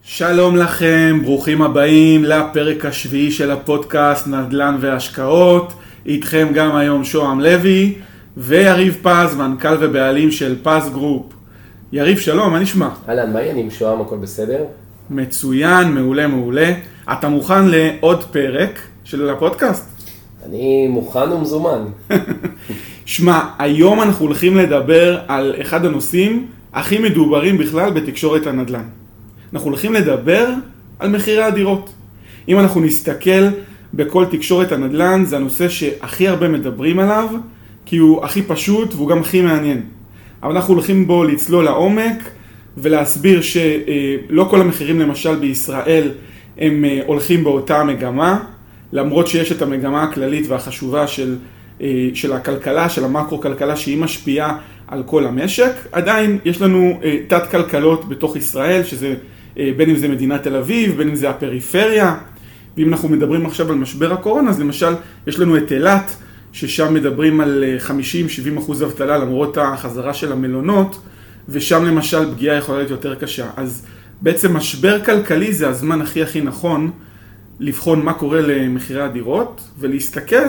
שלום לכם, ברוכים הבאים לפרק השביעי של הפודקאסט נדל"ן והשקעות. איתכם גם היום שוהם לוי ויריב פז, מנכ"ל ובעלים של פז גרופ. יריב, שלום, מה נשמע? אהלן, מה העניינים שוהם, הכל בסדר? מצוין, מעולה, מעולה. אתה מוכן לעוד פרק של הפודקאסט? אני מוכן ומזומן. שמע, היום אנחנו הולכים לדבר על אחד הנושאים הכי מדוברים בכלל בתקשורת הנדל"ן. אנחנו הולכים לדבר על מחירי הדירות. אם אנחנו נסתכל בכל תקשורת הנדל"ן, זה הנושא שהכי הרבה מדברים עליו, כי הוא הכי פשוט והוא גם הכי מעניין. אבל אנחנו הולכים בו לצלול לעומק ולהסביר שלא כל המחירים למשל בישראל הם הולכים באותה מגמה, למרות שיש את המגמה הכללית והחשובה של הכלכלה, של המקרו-כלכלה שהיא משפיעה על כל המשק. עדיין יש לנו תת כלכלות בתוך ישראל, שזה בין אם זה מדינת תל אביב, בין אם זה הפריפריה. ואם אנחנו מדברים עכשיו על משבר הקורונה, אז למשל יש לנו את אילת, ששם מדברים על 50-70% אבטלה למרות החזרה של המלונות, ושם למשל פגיעה יכולה להיות יותר קשה. אז בעצם משבר כלכלי זה הזמן הכי נכון לבחון מה קורה למחירי הדירות, ולהסתכל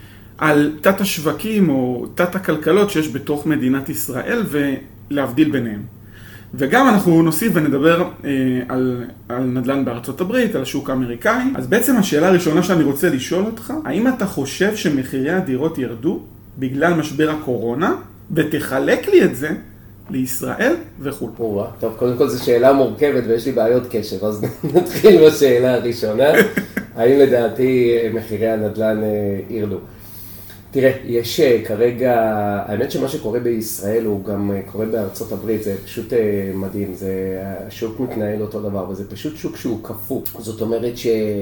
על תת השווקים או תת הכלכלות שיש בתוך מדינת ישראל ולהבדיל ביניהם. וגם אנחנו נוסיף ונדבר על נדל"ן בארצות הברית, על השוק האמריקאי. אז בעצם השאלה הראשונה שאני רוצה לשאול אותך, האם אתה חושב שמחירי הדירות ירדו בגלל משבר הקורונה, ותחלק לי את זה לישראל וכו'. טוב, קודם כל זו שאלה מורכבת ויש לי בעיות קשב, אז נתחיל בשאלה הראשונה. האם לדעתי מחירי הנדל"ן ירדו? תראה, יש כרגע, האמת שמה שקורה בישראל הוא גם קורה בארצות הברית, זה פשוט מדהים, השוק מתנהל אותו דבר, וזה פשוט שוק שהוא קפוא. זאת אומרת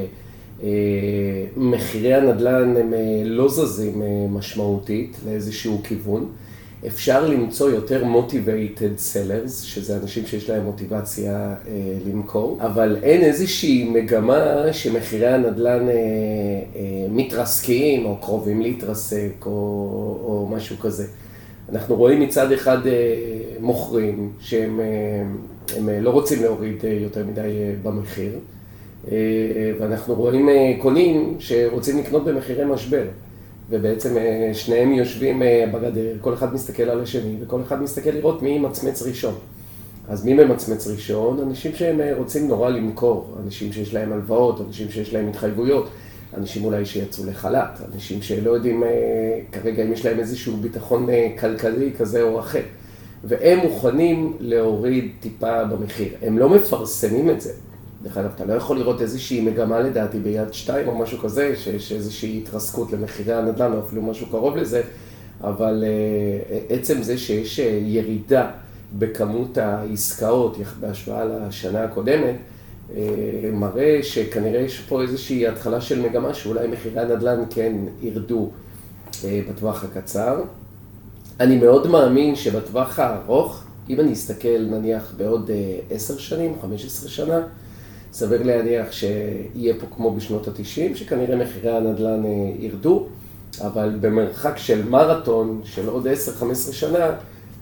שמחירי הנדל"ן הם לא זזים משמעותית לאיזשהו כיוון. אפשר למצוא יותר motivated sellers, שזה אנשים שיש להם מוטיבציה למכור, אבל אין איזושהי מגמה שמחירי הנדל"ן מתרסקים או קרובים להתרסק או משהו כזה. אנחנו רואים מצד אחד מוכרים שהם לא רוצים להוריד יותר מדי במחיר, ואנחנו רואים קונים שרוצים לקנות במחירי משבר. ובעצם שניהם יושבים בגדר, כל אחד מסתכל על השני, וכל אחד מסתכל לראות מי מצמץ ראשון. אז מי ממצמץ ראשון? אנשים שהם רוצים נורא למכור, אנשים שיש להם הלוואות, אנשים שיש להם התחייבויות, אנשים אולי שיצאו לחל"ת, אנשים שלא יודעים כרגע אם יש להם איזשהו ביטחון כלכלי כזה או אחר. והם מוכנים להוריד טיפה במחיר. הם לא מפרסמים את זה. דרך אגב, אתה לא יכול לראות איזושהי מגמה לדעתי ביד 2 או משהו כזה, שיש איזושהי התרסקות למחירי הנדל"ן או אפילו משהו קרוב לזה, אבל עצם זה שיש ירידה בכמות העסקאות בהשוואה לשנה הקודמת, מראה שכנראה יש פה איזושהי התחלה של מגמה שאולי מחירי הנדל"ן כן ירדו בטווח הקצר. אני מאוד מאמין שבטווח הארוך, אם אני אסתכל נניח בעוד 10 שנים, 15 שנה, סביר להניח שיהיה פה כמו בשנות ה-90, שכנראה מחירי הנדל"ן ירדו, אבל במרחק של מרתון של עוד 10-15 שנה,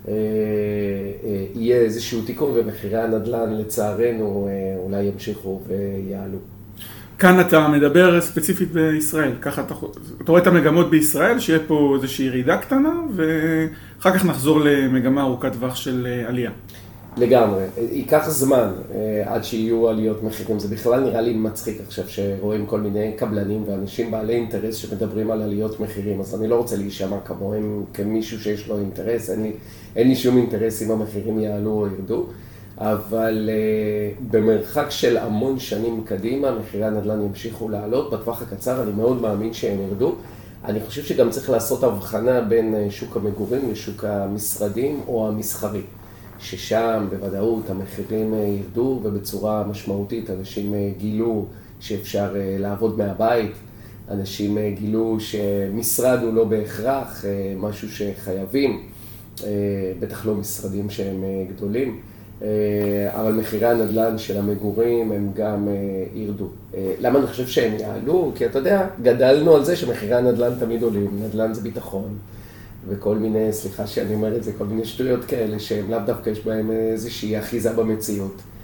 יהיה איזשהו תיקון, ומחירי הנדל"ן לצערנו אולי ימשיכו ויעלו. כאן אתה מדבר ספציפית בישראל, ככה אתה רואה את המגמות בישראל, שיהיה פה איזושהי ירידה קטנה, ואחר כך נחזור למגמה ארוכת טווח של עלייה. לגמרי, ייקח זמן עד שיהיו עליות מחירים, זה בכלל נראה לי מצחיק עכשיו שרואים כל מיני קבלנים ואנשים בעלי אינטרס שמדברים על עליות מחירים, אז אני לא רוצה להישמע כמוהם כמישהו שיש לו אינטרס, אין לי שום אינטרס אם המחירים יעלו או ירדו, אבל במרחק של המון שנים קדימה, מחירי הנדל"ן ימשיכו לעלות, בטווח הקצר אני מאוד מאמין שהם ירדו. אני חושב שגם צריך לעשות הבחנה בין שוק המגורים לשוק המשרדים או המסחרי, ששם בוודאות המחירים ירדו ובצורה משמעותית אנשים גילו שאפשר לעבוד מהבית, אנשים גילו שמשרד הוא לא בהכרח משהו שחייבים, בטח לא משרדים שהם גדולים. אבל מחירי הנדל"ן של המגורים הם גם ירדו. למה אני חושב שהם יעלו? כי אתה יודע, גדלנו על זה שמחירי הנדל"ן תמיד עולים, נדל"ן זה ביטחון, וכל מיני, סליחה שאני אומר את זה, כל מיני שטויות כאלה שהם לאו דווקא יש בהם איזושהי אחיזה במציאות.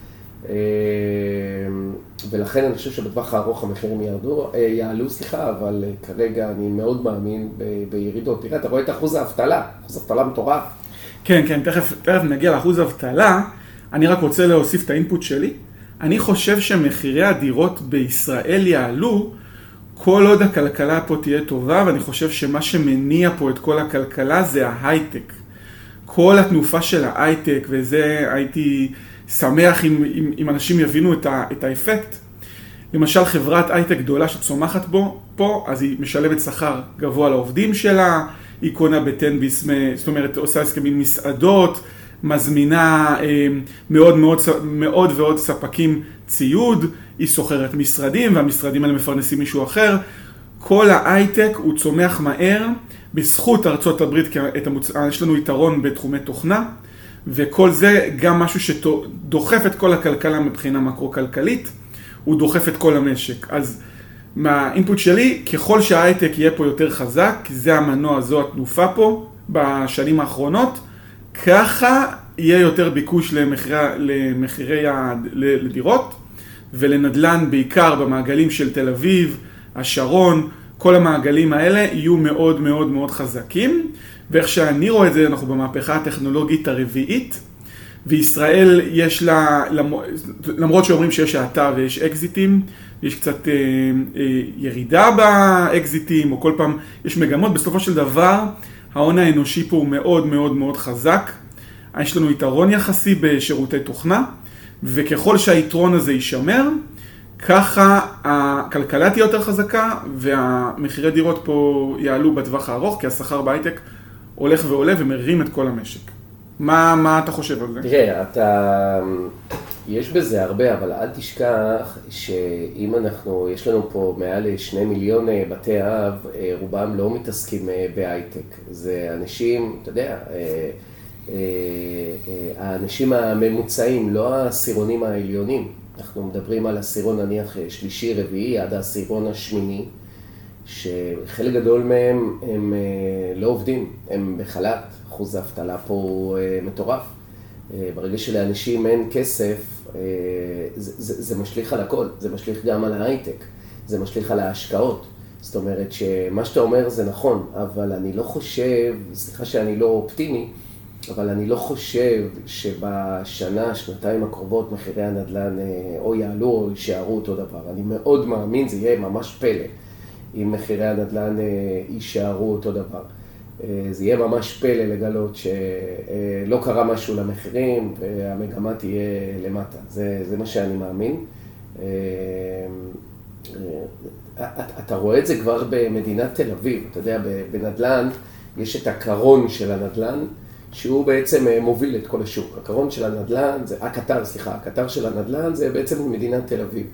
ולכן אני חושב שבטווח הארוך המחירים יעלו, אבל כרגע אני מאוד מאמין בירידות. תראה, אתה רואה את אחוז האבטלה מטורף. כן, תכף נגיע לאחוז האבטלה. אני רק רוצה להוסיף את האינפוט שלי. אני חושב שמחירי הדירות בישראל יעלו כל עוד הכלכלה פה תהיה טובה, ואני חושב שמה שמניע פה את כל הכלכלה זה ההייטק. כל התנופה של ההייטק, וזה הייתי שמח אם אנשים יבינו את האפקט. למשל חברת הייטק גדולה שצומחת פה, אז היא משלבת שכר גבוה לעובדים שלה, היא קונה בטנביס, זאת אומרת עושה הסכמים מסעדות, מזמינה מאוד ועוד ספקים ציוד, היא סוחרת משרדים והמשרדים האלה מפרנסים מישהו אחר. כל ההייטק הוא צומח מהר בזכות ארצות הברית, כי יש לנו יתרון בתחומי תוכנה, וכל זה גם משהו שדוחף את כל הכלכלה מבחינה מקרו-כלכלית, הוא דוחף את כל המשק. אז מהאינפוט שלי, ככל שההייטק יהיה פה יותר חזק, כי זה המנוע, זו התנופה פה בשנים האחרונות, ככה יהיה יותר ביקוש למחירי לדירות, ולנדלן בעיקר במעגלים של תל אביב, השרון, כל המעגלים האלה יהיו מאוד מאוד מאוד חזקים, ואיך שאני רואה את זה, אנחנו במהפכה הטכנולוגית הרביעית, וישראל יש לה, למרות שאומרים שיש האטה ויש אקזיטים, יש קצת ירידה באקזיטים, או כל פעם יש מגמות, בסופו של דבר ההון האנושי פה הוא מאוד מאוד מאוד חזק, יש לנו יתרון יחסי בשירותי תוכנה, וככל שהיתרון הזה יישמר, ככה הכלכלה תהיה יותר חזקה, והמחירי דירות פה יעלו בטווח הארוך, כי השכר בהייטק הולך ועולה ומרים את כל המשק. מה אתה חושב על זה? תראה, יש בזה הרבה, אבל אל תשכח שאם יש לנו פה מעל 2 מיליון בתי אב, רובם לא מתעסקים בהייטק. זה אנשים, אתה יודע, האנשים הממוצעים, לא העשירונים העליונים. אנחנו מדברים על עשירון נניח שלישי, רביעי, עד העשירון השמיני, שחלק גדול מהם הם לא עובדים, הם בחל"ת, אחוז האבטלה פה הוא מטורף. ברגע שלאנשים אין כסף, זה משליך על הכל, זה משליך גם על ההייטק, זה משליך על ההשקעות. זאת אומרת שמה שאתה אומר זה נכון, אבל אני לא חושב, סליחה שאני לא אופטימי, אבל אני לא חושב שבשנה, שנתיים הקרובות מחירי הנדל"ן או יעלו או יישארו אותו דבר. אני מאוד מאמין, זה יהיה ממש פלא אם מחירי הנדל"ן יישארו אותו דבר. זה יהיה ממש פלא לגלות שלא קרה משהו למחירים והמגמה תהיה למטה. זה מה שאני מאמין. אתה רואה את זה כבר במדינת תל אביב. אתה יודע, בנדל"ן יש את הקרון של הנדל"ן, שהוא בעצם מוביל את כל השוק. הקרון של הנדל"ן, הקטר של הנדל"ן זה בעצם מדינת תל אביב.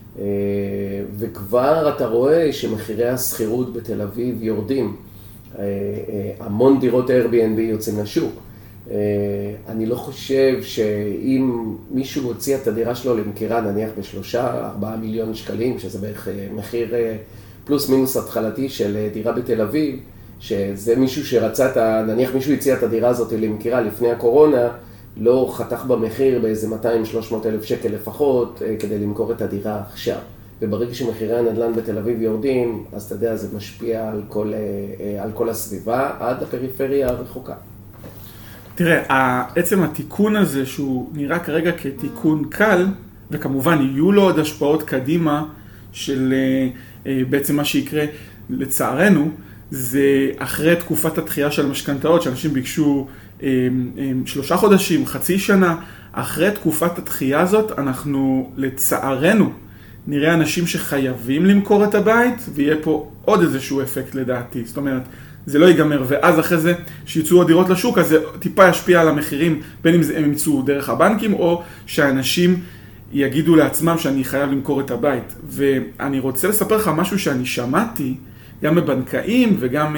וכבר אתה רואה שמחירי השכירות בתל אביב יורדים. המון דירות Airbnb יוצאים לשוק. אני לא חושב שאם מישהו הוציא את הדירה שלו למכירה נניח ב3-4 מיליון שקלים, שזה בערך מחיר פלוס מינוס התחלתי של דירה בתל אביב, שזה מישהו שרצה, נניח מישהו הציע את הדירה הזאת למכירה לפני הקורונה, לא חתך במחיר באיזה 200-300 אלף שקל לפחות כדי למכור את הדירה עכשיו. וברגע שמחירי הנדל"ן בתל אביב יורדים, אז אתה יודע, זה משפיע על כל הסביבה עד הפריפריה הרחוקה. תראה, עצם התיקון הזה שהוא נראה כרגע כתיקון קל, וכמובן יהיו לו עוד השפעות קדימה של בעצם מה שיקרה לצערנו, זה אחרי תקופת התחייה של משכנתאות, שאנשים ביקשו 3 חודשים, חצי שנה, אחרי תקופת התחייה הזאת, אנחנו לצערנו נראה אנשים שחייבים למכור את הבית, ויהיה פה עוד איזשהו אפקט לדעתי. זאת אומרת, זה לא ייגמר, ואז אחרי זה שיצאו עוד דירות לשוק, אז זה טיפה ישפיע על המחירים, בין אם הם ימצאו דרך הבנקים, או שאנשים יגידו לעצמם שאני חייב למכור את הבית. ואני רוצה לספר לך משהו שאני שמעתי, גם בבנקאים וגם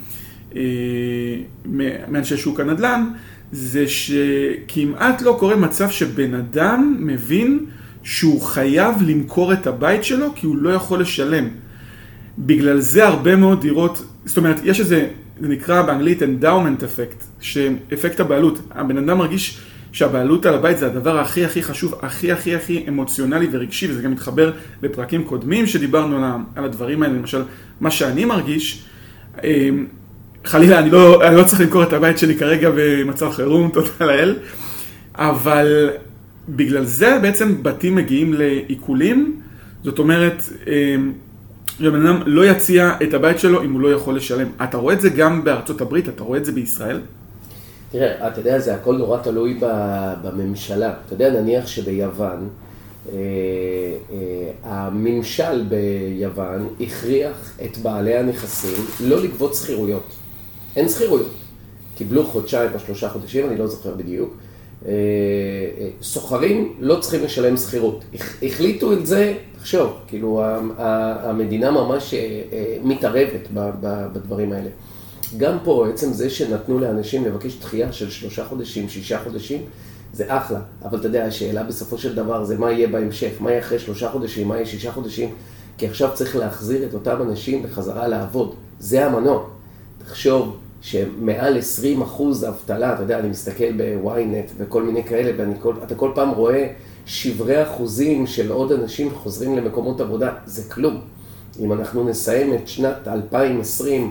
מאנשי שוק הנדל"ן, זה שכמעט לא קורה מצב שבן אדם מבין שהוא חייב למכור את הבית שלו, כי הוא לא יכול לשלם. בגלל זה הרבה מאוד דירות, זאת אומרת, יש איזה, זה נקרא באנגלית endowment effect, שאפקט הבעלות. הבן אדם מרגיש שהבעלות על הבית זה הדבר הכי הכי חשוב, הכי הכי הכי אמוציונלי ורגשי, וזה גם מתחבר לפרקים קודמים שדיברנו על הדברים האלה, למשל, מה שאני מרגיש, חלילה, אני לא צריך למכור את הבית שלי כרגע במצב חירום, תודה לאל, אבל בגלל זה בעצם בתים מגיעים לעיכולים, זאת אומרת, שבן אדם לא יציע את הבית שלו אם הוא לא יכול לשלם. אתה רואה את זה גם בארצות הברית, אתה רואה את זה בישראל? תראה, אתה יודע, זה הכל נורא תלוי בממשלה. אתה יודע, נניח שביוון, הממשל ביוון הכריח את בעלי הנכסים לא לגבות שכירויות. אין שכירויות. קיבלו חודשיים או 3 חודשים, אני לא זוכר בדיוק. סוחרים לא צריכים לשלם שכירות. החליטו את זה, תחשוב, כאילו המדינה ממש מתערבת בדברים האלה. גם פה, עצם זה שנתנו לאנשים לבקש דחייה של 3 חודשים, 6 חודשים, זה אחלה. אבל אתה יודע, השאלה בסופו של דבר זה מה יהיה בהמשך, מה יהיה אחרי 3 חודשים, מה יהיה 6 חודשים, כי עכשיו צריך להחזיר את אותם אנשים בחזרה לעבוד. זה המנוע. תחשוב שמעל 20% אבטלה, אתה יודע, אני מסתכל בוויינט וכל מיני כאלה, ואתה כל פעם רואה שברי אחוזים של עוד אנשים חוזרים למקומות עבודה, זה כלום. אם אנחנו נסיים את שנת 2020,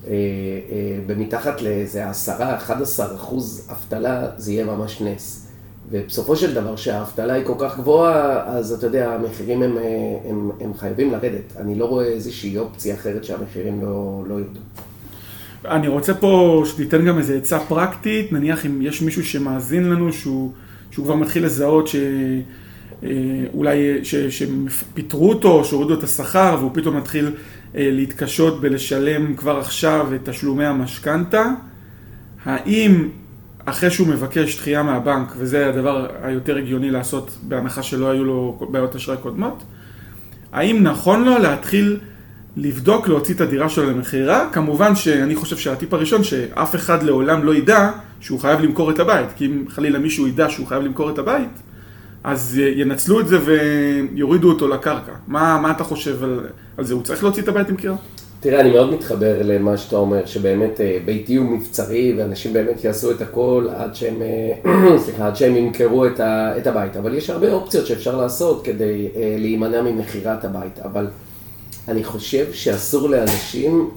במתחת לאיזה 10-11% אבטלה, זה יהיה ממש נס. ובסופו של דבר שהאבטלה היא כל כך גבוהה, אז אתה יודע, המחירים הם חייבים לרדת. אני לא רואה איזושהי אופציה אחרת שהמחירים לא ירדו. אני רוצה פה שתיתן גם איזו עצה פרקטית, נניח אם יש מישהו שמאזין לנו, שהוא כבר מתחיל לזהות שאולי שפיטרו אותו, שהורידו את השכר, והוא פתאום מתחיל להתקשות בלשלם כבר עכשיו את תשלומי המשכנתא. האם אחרי שהוא מבקש דחייה מהבנק, וזה הדבר היותר הגיוני לעשות בהנחה שלא היו לו בעיות אשראי קודמות, האם נכון לו להתחיל לבדוק, להוציא את הדירה שלו למחירה? כמובן שאני חושב שהטיפ הראשון שאף אחד לעולם לא ידע שהוא חייב למכור את הבית, כי אם חלילה מישהו ידע שהוא חייב למכור את הבית, אז ינצלו את זה ויורידו אותו לקרקע. מה אתה חושב על זה? הוא צריך להוציא את הבית למכירה? תראה, אני מאוד מתחבר למה שאתה אומר, שבאמת ביתי הוא מבצרי, ואנשים באמת יעשו את הכל עד שהם ימכרו את הבית. אבל יש הרבה אופציות שאפשר לעשות כדי להימנע ממכירת הבית. אבל אני חושב שאסור לאנשים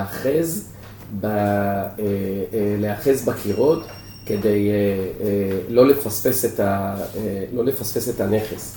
להאחז בקירות כדי לא לפספס את הנכס.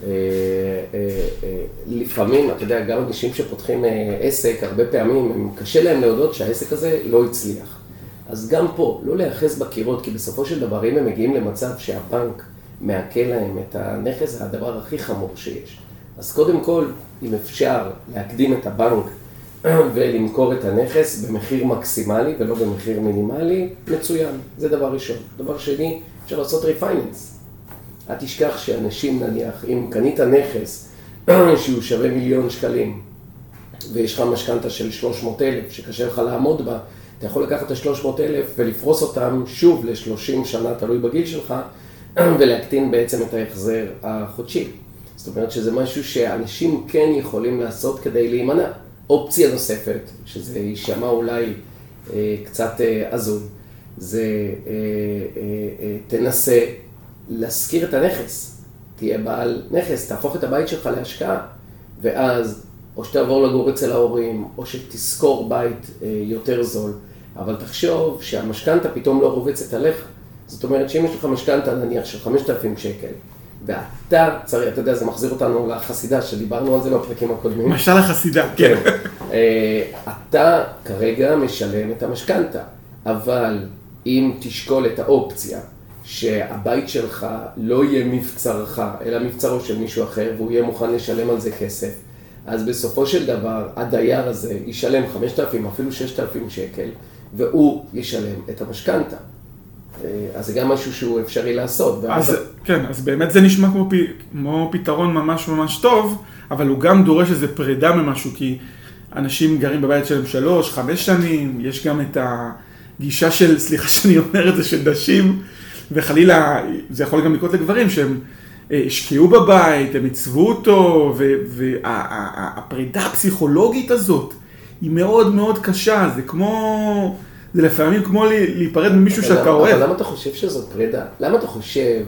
לפעמים, אתה יודע, גם אנשים שפותחים עסק, הרבה פעמים, קשה להם להודות שהעסק הזה לא הצליח. אז גם פה, לא להאחז בקירות, כי בסופו של דבר, אם הם מגיעים למצב שהבנק מעקל להם את הנכס, זה הדבר הכי חמור שיש. אז קודם כל, אם אפשר להקדים את הבנק ולמכור את הנכס במחיר מקסימלי ולא במחיר מינימלי, מצוין. זה דבר ראשון. דבר שני, אפשר לעשות ריפייננס. אל תשכח שאנשים, נניח, אם קנית נכס שהוא שווה 1,000,000 שקלים, ויש לך משכנתה של 300,000 שקשה לך לעמוד בה, אתה יכול לקחת את ה-300,000 ולפרוס אותם שוב ל-30 שנה, תלוי בגיל שלך, ולהקטין בעצם את ההחזר החודשי. זאת אומרת שזה משהו שאנשים כן יכולים לעשות כדי להימנע. אופציה נוספת, שזה יישמע אולי קצת הזוי, זה תנסה להשכיר את הנכס. תהיה בעל נכס, תהפוך את הבית שלך להשקעה, ואז או שתעבור לגור אצל ההורים, או שתשכור בית יותר זול. אבל תחשוב שהמשכנתה פתאום לא רובצת עליך. זאת אומרת שאם יש לך משכנתה נניח של 5,000 שקל, ואתה צריך, אתה יודע, זה מחזיר אותנו לחסידה, שדיברנו על זה בפרקים הקודמים. משל החסידה. כן. אתה כרגע משלם את המשכנתה, אבל אם תשקול את האופציה, שהבית שלך לא יהיה מבצרך, אלא מבצרו של מישהו אחר, והוא יהיה מוכן לשלם על זה כסף, אז בסופו של דבר, הדייר הזה ישלם 5,000, אפילו 6,000 שקל, והוא ישלם את המשכנתה. אז זה גם משהו שהוא אפשרי לעשות. כן, אז באמת זה נשמע כמו פתרון ממש ממש טוב, אבל הוא גם דורש איזו פרידה ממשהו, כי אנשים גרים בבית שלהם 3-5 שנים, יש גם את הגישה של, סליחה שאני אומר את זה, של נשים, וחלילה זה יכול גם לקרות לגברים שהם השקיעו בבית, הם עיצבו אותו, והפרידה הפסיכולוגית הזאת היא מאוד מאוד קשה, זה לפעמים כמו להיפרד ממישהו שאתה אוהב. אבל למה אתה חושב שזאת פרידה? למה אתה חושב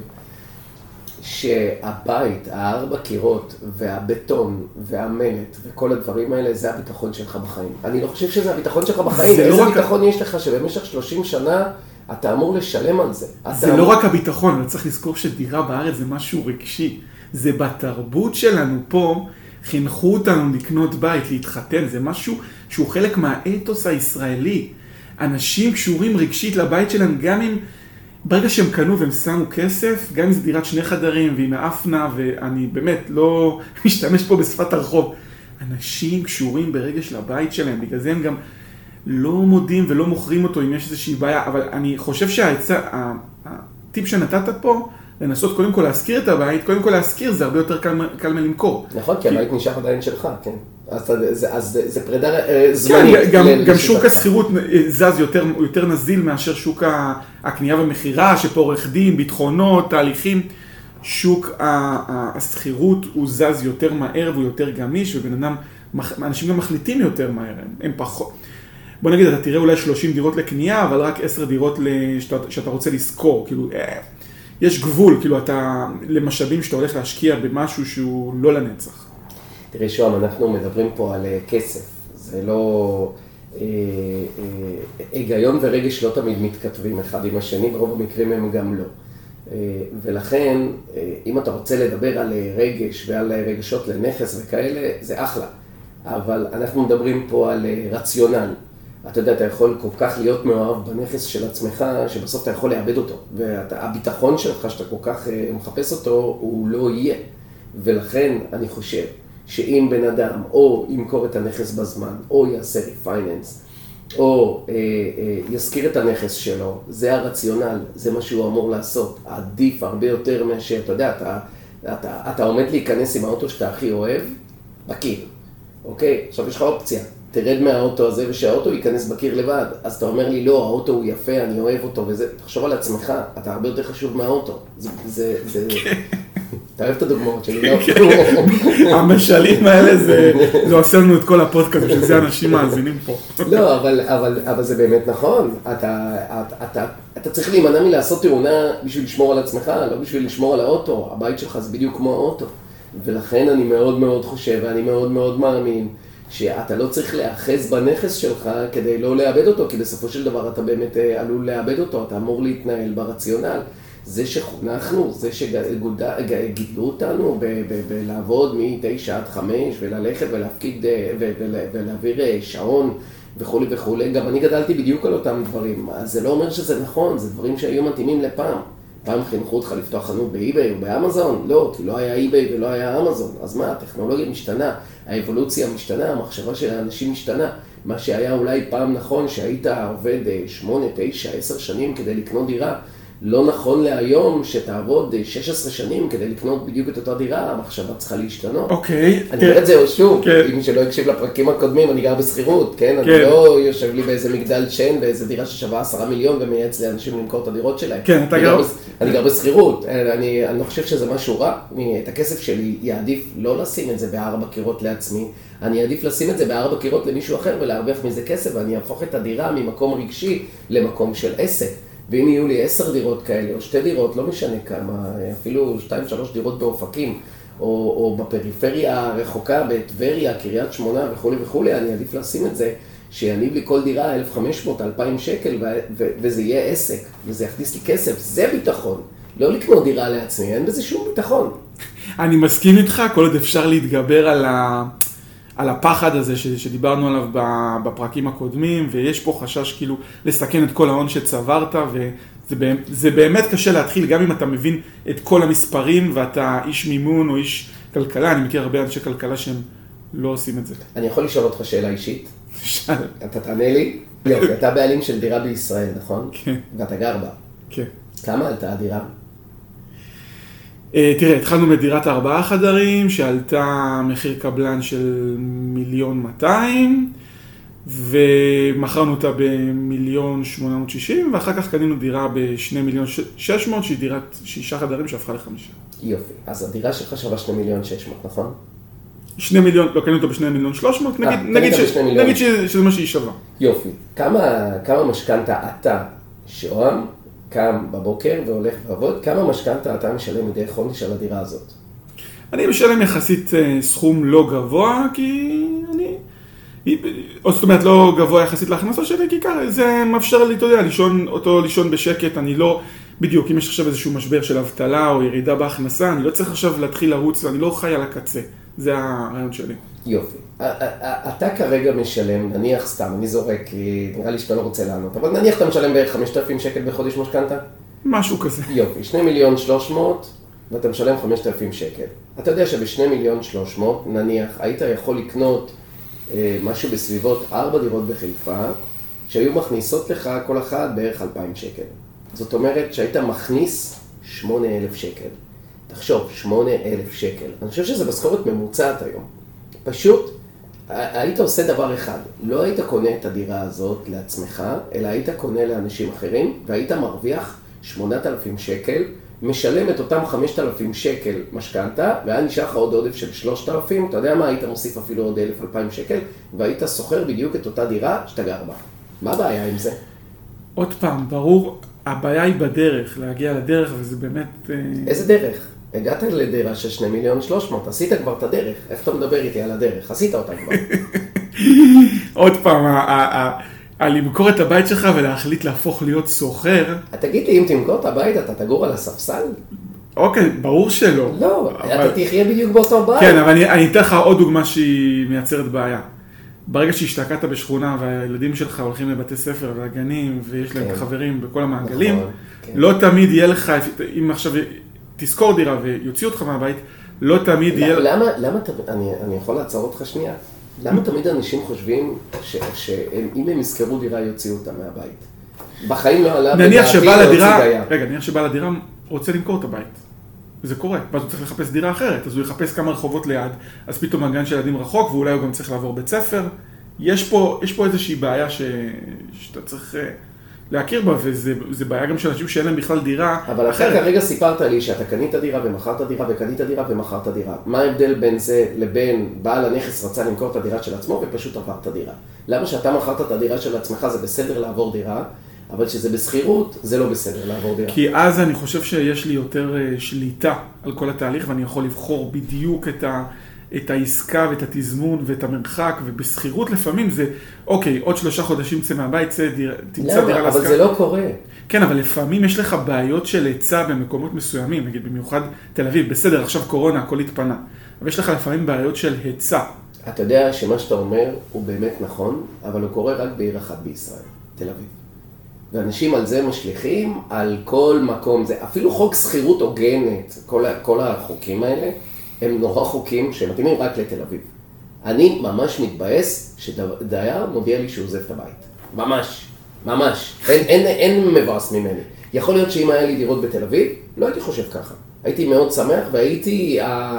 שהבית, 4 קירות והבטון והמלט וכל הדברים האלה, זה הביטחון שלך בחיים? אני לא חושב שזה הביטחון שלך בחיים. איזה ביטחון יש לך שבמשך 30 שנה אתה אמור לשלם על זה? זה לא רק הביטחון, אבל צריך לזכור שדירה בארץ זה משהו רגשי. זה בתרבות שלנו פה, חינכו אותנו לקנות בית, להתחתן, זה משהו שהוא חלק מהאתוס הישראלי. אנשים קשורים רגשית לבית שלהם, גם אם ברגע שהם קנו והם שמו כסף, גם אם זה דירת 2 חדרים והיא מאפנה, ואני באמת לא משתמש פה בשפת הרחוב. אנשים קשורים ברגש לבית שלהם, בגלל זה הם גם לא מודים ולא מוכרים אותו אם יש איזושהי בעיה, אבל אני חושב הטיפ שנתת פה, לנסות קודם כל להזכיר את הבית, קודם כל להזכיר זה הרבה יותר קל מלמכור. נכון, כי הבית נשאר עדיין שלך, כן. אז זה פרידה זמנית. גם שוק השכירות זז יותר נזיל מאשר שוק הקנייה ומחירה, שפה עורך דין, ביטחונות, תהליכים. שוק השכירות הוא זז יותר מהר והוא יותר גמיש, אנשים גם מחליטים יותר מהר, הם פחות. בוא נגיד, אתה תראה אולי 30 דירות לקנייה, אבל רק 10 דירות שאתה רוצה לזכור, כאילו, יש גבול, כאילו, אתה למשאבים שאתה הולך להשקיע במשהו שהוא לא לנצח. תראה שוהם, אנחנו מדברים פה על כסף, זה לא היגיון ורגש לא תמיד מתכתבים אחד עם השני, ברוב המקרים הם גם לא. ולכן, אם אתה רוצה לדבר על רגש ועל רגשות לנכס וכאלה, זה אחלה. אבל אנחנו מדברים פה על רציונל. אתה יודע, אתה יכול כל כך להיות מאוהב בנכס של עצמך, שבסוף אתה יכול לאבד אותו. והביטחון שלך, שאתה כל כך מחפש אותו, הוא לא יהיה. ולכן אני חושב שאם בן אדם או ימכור את הנכס בזמן, או יעשה ריפייננס, או יזכיר את הנכס שלו, זה הרציונל, זה מה שהוא אמור לעשות. עדיף הרבה יותר מאשר, אתה יודע, אתה עומד להיכנס עם האוטו שאתה הכי אוהב, בקיר. אוקיי? עכשיו יש לך אופציה. תרד מהאוטו הזה ושהאוטו ייכנס בקיר לבד. אז אתה אומר לי, לא, האוטו הוא יפה, אני אוהב אותו וזה. תחשוב על עצמך, אתה הרבה יותר חשוב מהאוטו. אתה אוהב את הדוגמאות שלי, לא? המשלים האלה זה עושה לנו את כל הפודקאסט, שזה אנשים מאזינים פה. לא, אבל זה באמת נכון. אתה צריך להימנע מלעשות תאונה בשביל לשמור על עצמך, לא בשביל לשמור על האוטו. הבית שלך זה בדיוק כמו האוטו. ולכן אני מאוד מאוד חושב, ואני מאוד מאוד מאמין, שאתה לא צריך להאחז בנכס שלך כדי לא לאבד אותו, כי בסופו של דבר אתה באמת עלול לאבד אותו, אתה אמור להתנהל ברציונל. זה שחונכנו, זה שגידלו אותנו בלעבוד מ-9 עד 5 וללכת ולהפקיד ולהעביר שעון וכו' וכו'. גם אני גדלתי בדיוק על אותם דברים. אז זה לא אומר שזה נכון, זה דברים שהיו מתאימים לפעם. פעם חינכו אותך לפתוח חנות באיביי או באמזון? לא, כי לא היה איביי ולא היה אמזון. אז מה, הטכנולוגיה משתנה, האבולוציה משתנה, המחשבה של האנשים משתנה. מה שהיה אולי פעם נכון שהיית עובד 8, 9, 10 שנים כדי לקנות דירה, לא נכון להיום שתעבוד 16 שנים כדי לקנות בדיוק את אותה דירה, המחשבה צריכה להשתנות. אוקיי. אני אומר את זה שוב, אם שלא יקשיב לפרקים הקודמים, אני גר בשכירות, כן? אני לא יושב לי באיזה מגדל שן, באיזה דירה ששווה 10 מיליון ומייעץ לאנשים למכור את הדירות שלהם. כן, אתה גר... אני גר בשכירות, אני לא חושב שזה משהו רע. את הכסף שלי יעדיף לא לשים את זה ב4 קירות לעצמי, אני אעדיף לשים את זה ב4 קירות למישהו אחר ולהרוויח מזה כסף, ואני אהפוך את הדירה ממקום רגשי למקום של עסק. ואם יהיו לי 10 דירות כאלה, או 2 דירות, לא משנה כמה, אפילו 2-3 דירות באופקים, או בפריפריה הרחוקה, בטבריה, קריית שמונה וכו' וכו', אני עדיף לשים את זה, שיניב לי כל דירה 1,500-2,000 שקל, וזה יהיה עסק, וזה יכניס לי כסף, זה ביטחון. לא לקנות דירה לעצמי, אין בזה שום ביטחון. אני מסכים איתך, כל עוד אפשר להתגבר על הפחד הזה שדיברנו עליו בפרקים הקודמים, ויש פה חשש כאילו לסכן את כל ההון שצברת, וזה באמת קשה להתחיל, גם אם אתה מבין את כל המספרים, ואתה איש מימון או איש כלכלה, אני מכיר הרבה אנשי כלכלה שהם לא עושים את זה. אני יכול לשאול אותך שאלה אישית? שאל. אתה תענה לי? יופי, אתה בעלים של דירה בישראל, נכון? כן. ואתה גר בה? כן. כמה עלתה הדירה? תראה, התחלנו בדירת 4 חדרים, שעלתה מחיר קבלן של 1,200,000, ומכרנו אותה ב1,860,000, ואחר כך קנינו דירה ב2,600,000, שהיא דירת 6 חדרים שהפכה ל5. יופי, אז הדירה שלך שווה 2,600,000, נכון? 2 מיליון, לא קנינו אותו ב2 מיליון 300, נגיד שזה מה שהיא שווה. יופי. כמה משכנתה אתה, שוהם, קם בבוקר והולך לעבוד, כמה משכנתה אתה משלם מדי חודש על הדירה הזאת? אני משלם יחסית סכום לא גבוה, כי זאת אומרת לא גבוה יחסית להכנסה שלי, כי ככה זה מאפשר לי, אתה יודע, לישון בשקט, אני לא, בדיוק, אם יש עכשיו איזשהו משבר של אבטלה או ירידה בהכנסה, אני לא צריך עכשיו להתחיל לרוץ, אני לא חי על הקצה, זה הרעיון שלי. יופי. אתה כרגע משלם, נניח סתם, אני זורק, כי נראה לי שאתה לא רוצה לענות, אבל נניח אתה משלם בערך 5,000 שקל בחודש משכנתה? משהו כזה. יופי, 2,300,000 ואתה משלם 5,000 שקל. אתה יודע שב2,300,000, נניח, היית יכול לקנות משהו בסביבות 4 דירות בחיפה, שהיו מכניסות לך כל אחד בערך 2,000 שקל. זאת אומרת שהיית מכניס 8,000 שקל. תחשוב, 8,000 שקל. אני חושב שזה משכורת ממוצעת היום. פשוט, היית עושה דבר אחד. לא היית קונה את הדירה הזאת לעצמך, אלא היית קונה לאנשים אחרים, והיית מרוויח 8,000 שקל, משלם את אותם 5,000 שקל משכנתה, והיה נשאר לך עוד עודף של 3,000, אתה יודע מה, היית מוסיף אפילו עוד 1,000-2,000 שקל, והיית סוחר בדיוק את אותה דירה שאתה גר בה. מה הבעיה עם זה? עוד פעם, ברור, הבעיה היא בדרך, להגיע לדרך, וזה באמת... איזה דרך? הגעת לדירה של 2,300,000, עשית כבר את הדרך. איך אתה מדבר איתי על הדרך? עשית אותה כבר. עוד פעם, למכור את הבית שלך ולהחליט להפוך להיות סוחר. תגיד לי, אם תמכור את הבית, אתה תגור על הספסל? אוקיי, ברור שלא. לא, אתה תחיה בדיוק באותו בית. כן, אבל אני אתן לך עוד דוגמה שהיא מייצרת בעיה. ברגע שהשתקעת בשכונה והילדים שלך הולכים לבתי ספר והגנים ויש להם חברים בכל המעגלים, לא תמיד יהיה לך, אם עכשיו תזכור דירה ויוציאו אותך מהבית, לא תמיד יהיה... למה, אני יכול לעצור אותך שנייה? למה תמיד אנשים חושבים שאם הם יזכרו דירה יוציאו אותה מהבית? בחיים לא עלה בדעתי להוציא דייר. רגע, נניח שבעל הדירה רוצה למכור את הבית. זה קורה, ואז הוא צריך לחפש דירה אחרת, אז הוא יחפש כמה רחובות ליד, אז פתאום הגן של ילדים רחוק, ואולי הוא גם צריך לעבור בית ספר. יש פה איזושהי בעיה שאתה צריך להכיר בה, וזה בעיה גם של אנשים שאין להם בכלל דירה אחרת. אבל אתה כרגע סיפרת לי שאתה קנית דירה ומכרת דירה וקנית דירה ומכרת דירה. מה ההבדל בין זה לבין בעל הנכס רצה למכור את הדירה של עצמו ופשוט עבר את הדירה? למה שאתה מכרת את הדירה של עצמך זה בסדר לעבור דירה, אבל שזה בסחירות, זה לא בסדר לעבור דירה. כי אז אני חושב שיש לי יותר שליטה על כל התהליך, ואני יכול לבחור בדיוק את העסקה ואת התזמון ואת המרחק, ובסחירות לפעמים זה, אוקיי, עוד 3 חודשים צא מהבית, תמצא דירה להשכרה. אבל זה לא קורה. כן, אבל לפעמים יש לך בעיות של היצע במקומות מסוימים, נגיד במיוחד תל אביב, בסדר, עכשיו קורונה, הכל התפנה. אבל יש לך לפעמים בעיות של היצע. אתה יודע שמה שאתה אומר הוא באמת נכון, אבל הוא קורה רק בעיר אחת בישראל, תל אביב. ואנשים על זה משליכים על כל מקום, זה אפילו חוק שכירות הוגנת, כל החוקים האלה, הם נורא חוקים שמתאימים רק לתל אביב. אני ממש מתבאס שדייר מודיע לי שהוא עוזב את הבית. ממש, ממש. אין מבאס ממני. יכול להיות שאם היה לי דירות בתל אביב, לא הייתי חושב ככה. הייתי מאוד שמח והייתי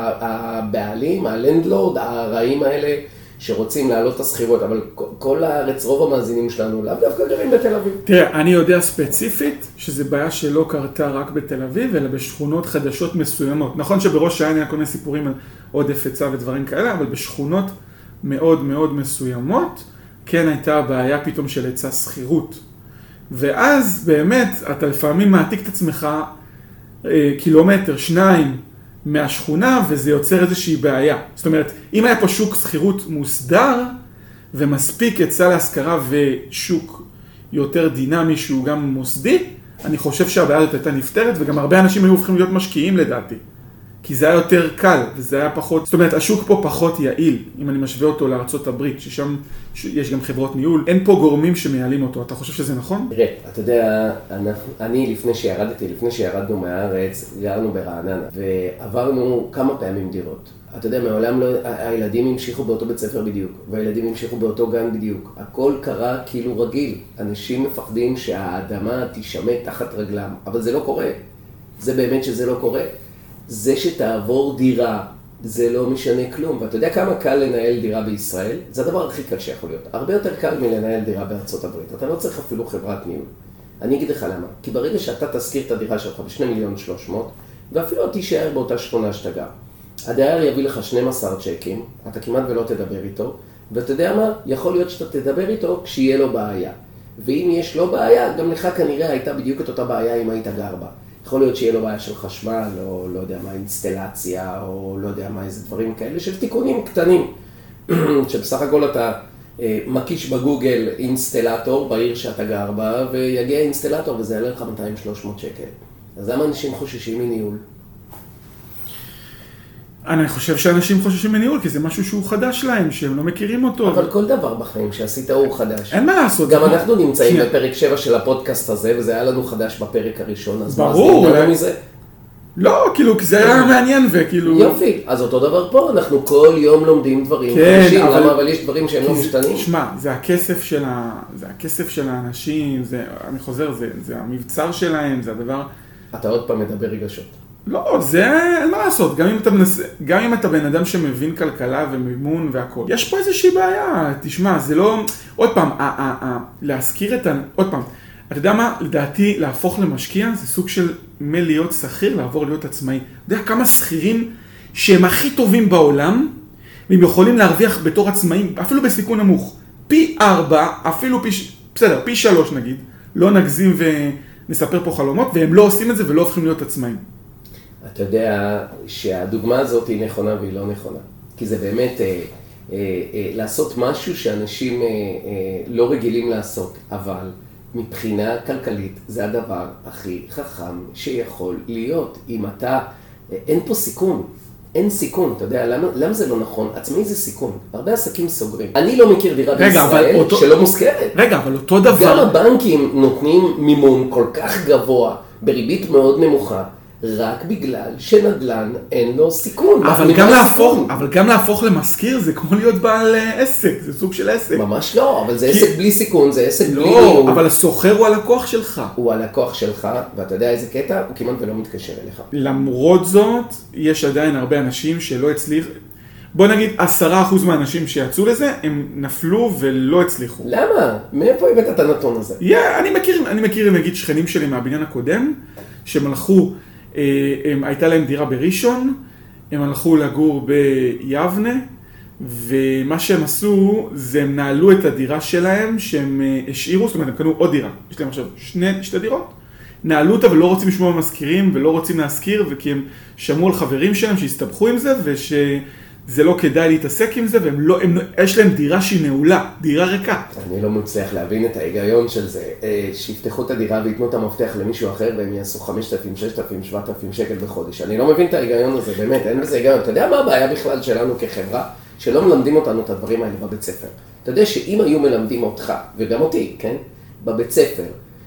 הבעלים, הלנדלורד, הרעים האלה, שרוצים להעלות את הסחירות, אבל כל הארץ, רוב המאזינים שלנו, לאו דווקא גרים בתל אביב. תראה, אני יודע ספציפית שזה בעיה שלא קרתה רק בתל אביב, אלא בשכונות חדשות מסוימות. נכון שבראש העין היה כל מיני סיפורים על עודף היצע ודברים כאלה, אבל בשכונות מאוד מאוד מסוימות, כן הייתה בעיה פתאום של היצע סחירות. ואז באמת, אתה לפעמים מעתיק את עצמך קילומטר, 2 מהשכונה, וזה יוצר איזושהי בעיה. זאת אומרת, אם היה פה שוק סחירות מוסדר, ומספיק היצע להשכרה ושוק יותר דינמי שהוא גם מוסדי, אני חושב שהבעיה הזאת הייתה נפתרת, וגם הרבה אנשים היו הופכים להיות משקיעים לדעתי. כי זה היה יותר קל, וזה היה פחות... זאת אומרת, השוק פה פחות יעיל, אם אני משווה אותו לארצות הברית, ששם יש גם חברות ניהול. אין פה גורמים שמייעלים אותו. אתה חושב שזה נכון? תראה, אתה יודע, אני לפני שירדנו מהארץ, גרנו ברעננה, ועברנו כמה פעמים דירות. אתה יודע, מעולם לא... הילדים המשיכו באותו בית ספר בדיוק, והילדים המשיכו באותו גן בדיוק. הכל קרה כאילו רגיל. אנשים מפחדים שהאדמה תישמט תחת רגלם, אבל זה לא קורה. זה באמת שזה לא קורה. זה שתעבור דירה, זה לא משנה כלום. ואתה יודע כמה קל לנהל דירה בישראל? זה הדבר הכי קל שיכול להיות. הרבה יותר קל מלנהל דירה בארצות הברית. אתה לא צריך אפילו חברת ניהול. אני אגיד לך למה. כי ברגע שאתה תזכיר את הדירה שלך ב2,300,000, ואפילו תישאר באותה שכונה שאתה גר, הדייר יביא לך 12 צ'קים, אתה כמעט ולא תדבר איתו, ואתה יודע מה? יכול להיות שאתה תדבר איתו כשיהיה לו בעיה. ואם יש לו בעיה, גם לך כנראה הייתה בדיוק את אותה בעיה אם היית גר בה. יכול להיות שיהיה לו בעיה של חשמל, או לא יודע מה, אינסטלציה, או לא יודע מה, איזה דברים כאלה, של תיקונים קטנים. שבסך הכל אתה מקיש בגוגל אינסטלטור בעיר שאתה גר בה, ויגיע אינסטלטור וזה יעלה לך 200-300 שקל. אז למה אנשים חוששים מניהול? אני חושב שאנשים חוששים מניהול, כי זה משהו שהוא חדש להם, שהם לא מכירים אותו. אבל כל דבר בחיים שעשית הוא חדש. אין מה לעשות. גם אנחנו נמצאים בפרק 7 של הפודקאסט הזה, וזה היה לנו חדש בפרק הראשון, אז ברור, מה זה מזה? לא, כאילו, כי זה היה מעניין וכאילו... יופי, אז אותו דבר פה, אנחנו כל יום לומדים דברים חדשים, למה? אבל יש דברים שהם לא משתנים. שמע, זה הכסף של האנשים, אני חוזר, זה המבצר שלהם, זה הדבר... אתה עוד פעם מדבר רגשות. לא, זה אין מה לעשות, גם אם אתה בן אדם שמבין כלכלה ומימון והכל. יש פה איזושהי בעיה, תשמע, זה לא... עוד פעם, להזכיר את עוד פעם, אתה יודע מה? לדעתי, להפוך למשקיע זה סוג של מלהיות שכיר, לעבור להיות עצמאי. אתה יודע כמה שכירים שהם הכי טובים בעולם, והם יכולים להרוויח בתור עצמאים, אפילו בסיכון נמוך. פי 4, אפילו פי 3 נגיד, לא נגזים ונספר פה חלומות, והם לא עושים את זה ולא הופכים להיות עצמאים. אתה יודע שהדוגמה הזאת היא נכונה והיא לא נכונה. כי זה באמת לעשות משהו שאנשים לא רגילים לעשות, אבל מבחינה כלכלית זה הדבר הכי חכם שיכול להיות. אם אתה, אין פה סיכון, אין סיכון, אתה יודע, למה זה לא נכון? עצמאי זה סיכון, הרבה עסקים סוגרים. אני לא מכיר דירה בישראל שלא מוזכרת. רגע, אבל אותו דבר... גם הבנקים נותנים מימון כל כך גבוה, בריבית מאוד נמוכה, רק בגלל שנדל"ן אין לו סיכון. אבל גם להפוך למזכיר זה כמו להיות בעל עסק, זה סוג של עסק. ממש לא, אבל זה עסק בלי סיכון, זה עסק בלי... לא, אבל הסוחר הוא הלקוח שלך. הוא הלקוח שלך, ואתה יודע איזה קטע? הוא כמעט ולא מתקשר אליך. למרות זאת, יש עדיין הרבה אנשים שלא הצליחו. בוא נגיד 10% מהאנשים שיצאו לזה, הם נפלו ולא הצליחו. למה? מאיפה הבאת את הנתון הזה? אני מכיר, נגיד, שכנים שלי מהבניין הקודם, שהם הלכו, הייתה להם דירה בראשון, הם הלכו לגור ביבנה, ומה שהם עשו, זה הם נעלו את הדירה שלהם, שהם השאירו, זאת אומרת, הם קנו עוד דירה. יש להם עכשיו שתי דירות, נעלו אותה ולא רוצים לשמוע מזכירים, ולא רוצים להזכיר, וכי הם שמעו על חברים שלהם שהסתבכו עם זה, זה לא כדאי להתעסק עם זה, יש להם דירה שהיא נעולה, דירה ריקה. אני לא מצליח להבין את ההיגיון של זה. שיפתחו את הדירה ויתנו את המפתח למישהו אחר, והם יעשו 5,000, 6,000, 7,000 שקל בחודש. אני לא מבין את ההיגיון הזה, באמת, אין בזה היגיון. אתה יודע מה הבעיה בכלל שלנו כחברה? שלא מלמדים אותנו את הדברים האלה בבית ספר. אתה יודע שאם היו מלמדים אותך, וגם אותי, כן? בבית ספר,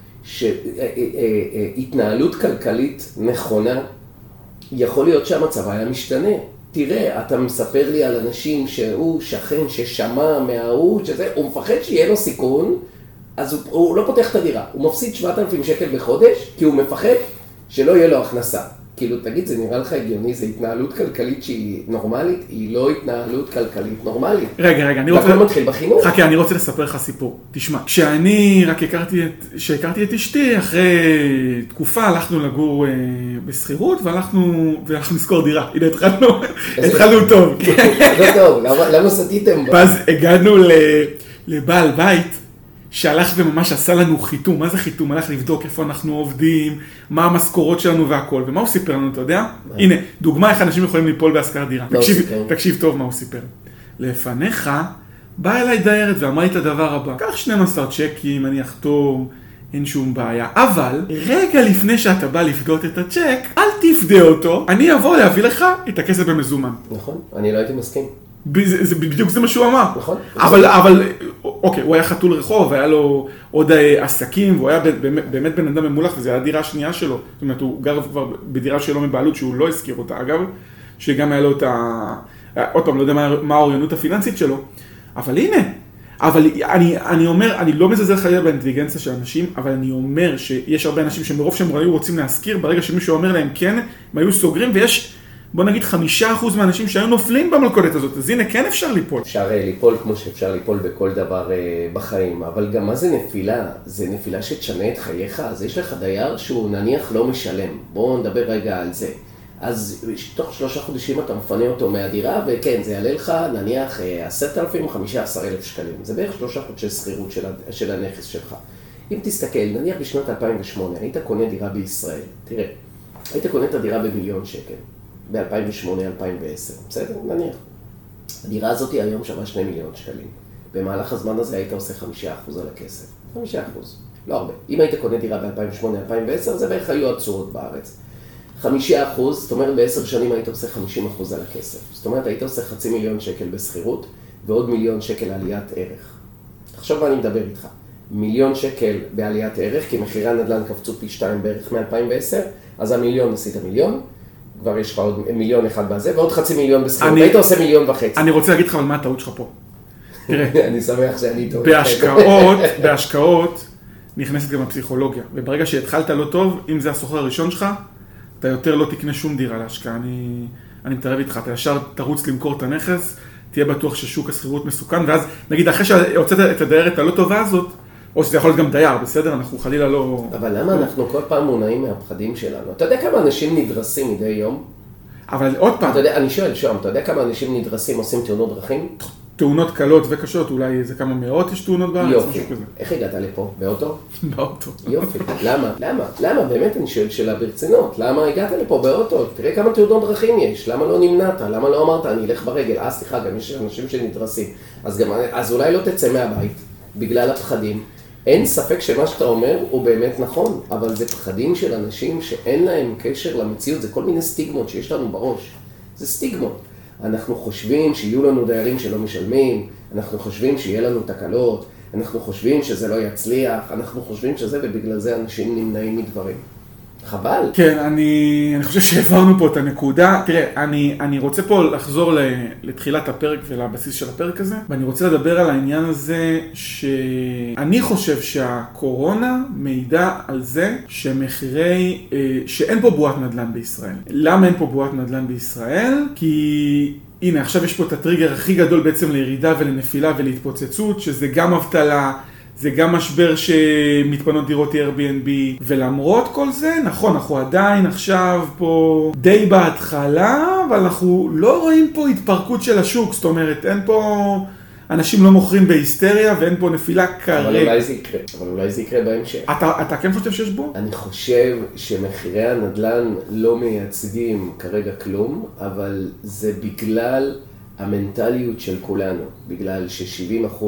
שהתנהלות כלכלית נכונה, יכול להיות שהמצב היה משתנה. תראה, אתה מספר לי על אנשים שהוא שכן ששמע מההוא, הוא מפחד שיהיה לו סיכון, אז הוא לא פותח את הדירה. הוא מפסיד 7,000 שקל בחודש, כי הוא מפחד שלא יהיה לו הכנסה. כאילו, תגיד, זה נראה לך הגיוני, זה התנהלות כלכלית שהיא נורמלית? היא לא התנהלות כלכלית נורמלית. רגע, והכל מתחיל בחינוך. חכה, אני רוצה לספר לך סיפור. תשמע, כשאני רק הכרתי את אשתי, אחרי תקופה הלכנו לגור בסחירות, והלכנו לשכור דירה. הנה, התחלנו טוב. לא טוב, למה סתיתם? ואז הגענו לבעל בית, שהלך וממש עשה לנו חיתום. מה זה חיתום? הלך לבדוק איפה אנחנו עובדים, מה המשכורות שלנו והכל. ומה הוא סיפר לנו, אתה יודע? הנה, דוגמה איך אנשים יכולים ליפול בהשכרת דירה. תקשיב טוב מה הוא סיפר. לפניך, באה אליי דיירת ואמרה לי את הדבר הבא. קח 12 צ'קים, אני אחתום, אין שום בעיה. אבל, רגע לפני שאתה בא לפדות את הצ'ק, אל תפדה אותו, אני אבוא להביא לך את הכסף במזומן. נכון, אני לא הייתי מסכים. בדיוק זה מה שהוא אמר. נכון. אבל, אוקיי, הוא היה חתול רחוב, היה לו עוד עסקים, והוא היה באמת בן אדם ממולח, וזו הייתה הדירה השנייה שלו. זאת אומרת, הוא גר כבר בדירה שלו מבעלות, שהוא לא הזכיר אותה, אגב, שגם היה לו את עוד פעם, לא יודע מה האוריינות הפיננסית שלו, אבל הנה, אני אומר, אני לא מזלזל חלילה באינטליגנציה של אנשים, אבל אני אומר שיש הרבה אנשים שמרוב שהם היו רוצים להזכיר, ברגע שמישהו אומר להם כן, הם היו סוגרים, ויש, בוא נגיד 5% מהאנשים שהיו נופלים במלכודת הזאת, אז הנה, כן אפשר ליפול. אפשר ליפול כמו שאפשר ליפול בכל דבר בחיים, אבל גם מה זה נפילה? זה נפילה שתשנה את חייך, אז יש לך דייר שהוא נניח לא משלם. בואו נדבר רגע על זה. אז תוך 3 חודשים אתה מפנה אותו מהדירה, וכן, זה יעלה לך נניח 10,000, 15,000 שקלים. זה בערך 3 חודשי שכירות של הנכס שלך. אם תסתכל, נניח בשנת 2008, היית קונה דירה בישראל. תראה, היית קונה את הדירה ב1,000,000 שקל, ב-2008-2010, בסדר? נניח. הדירה הזאת היום שווה 2 מיליון שקלים. במהלך הזמן הזה היית עושה 5% על הכסף. 5%, לא הרבה. אם היית קונה דירה ב-2008-2010, זה בערך היו התשואות בארץ. 5%, זאת אומרת ב10 שנים היית עושה 50% על הכסף. זאת אומרת, היית עושה 500,000 שקל בשכירות, ועוד 1,000,000 שקל עליית ערך. עכשיו מה אני מדבר איתך? 1,000,000 שקל בעליית ערך, כי מחירי הנדל"ן קפצו פי 2 בערך מ-2010, אז ה1,000,000 עשית 1,000,000, כבר יש לך עוד 1,000,000 בזה, ועוד 500,000 בשכירות, והיית עושה 1,500,000. אני רוצה להגיד לך על מה הטעות שלך פה. תראה, אני שמח שאני טוב. בהשקעות נכנסת גם הפסיכולוגיה, וברגע שהתחלת לא טוב, אם זה הסוחר הראשון שלך, אתה יותר לא תקנה שום דירה להשקעה. אני מתערב איתך, אתה ישר תרוץ למכור את הנכס, תהיה בטוח ששוק השכירות מסוכן, ואז נגיד אחרי שהוצאת את הדיירת הלא טובה הזאת, או שזה יכול להיות גם דייר, בסדר? אנחנו חלילה לא... אבל למה אנחנו כל פעם מונעים מהפחדים שלנו? אתה יודע כמה אנשים נדרסים מדי יום? אבל עוד פעם... אני שואל שם, אתה יודע כמה אנשים נדרסים עושים תאונות דרכים? תאונות קלות וקשות, אולי זה כמה מאות יש תאונות בארץ, יופי. איך הגעת לפה? באוטו? באוטו. יופי. למה? באמת אני שואל שאלה ברצינות. למה הגעת לפה באוטו? תראה כמה תאונות דרכים יש. למה לא נמנעת? למה לא אמרת, אני אלך ברגל? סליחה, גם יש אנשים שנדרסים. אז אולי לא תצא מהבית, בגלל הפחדים. אין ספק שמה שאתה אומר הוא באמת נכון, אבל זה פחדים של אנשים שאין להם קשר למציאות, זה כל מיני סטיגמות שיש לנו בראש. זה סטיגמות. אנחנו חושבים שיהיו לנו דיירים שלא משלמים, אנחנו חושבים שיהיה לנו תקלות, אנחנו חושבים שזה לא יצליח, אנחנו חושבים שזה, ובגלל זה אנשים נמנעים מדברים. חבל. כן, אני חושב שהעברנו פה את הנקודה. תראה, אני רוצה פה לחזור לתחילת הפרק ולבסיס של הפרק הזה, ואני רוצה לדבר על העניין הזה שאני חושב שהקורונה מעידה על זה שאין פה בועת נדל"ן בישראל. למה אין פה בועת נדל"ן בישראל? כי... הנה, עכשיו יש פה את הטריגר הכי גדול בעצם לירידה ולנפילה ולהתפוצצות, שזה גם אבטלה, זה גם משבר שמתפנות דירות Airbnb, ולמרות כל זה, נכון, אנחנו עדיין עכשיו פה די בהתחלה, אבל אנחנו לא רואים פה התפרקות של השוק, זאת אומרת, אין פה... אנשים לא מוכרים בהיסטריה ואין פה נפילה כרגע. אבל אולי זה יקרה בהמשך. אתה כן חושב שיש בו? אני חושב שמחירי הנדל"ן לא מייצגים כרגע כלום, אבל זה בגלל המנטליות של כולנו. בגלל ש70%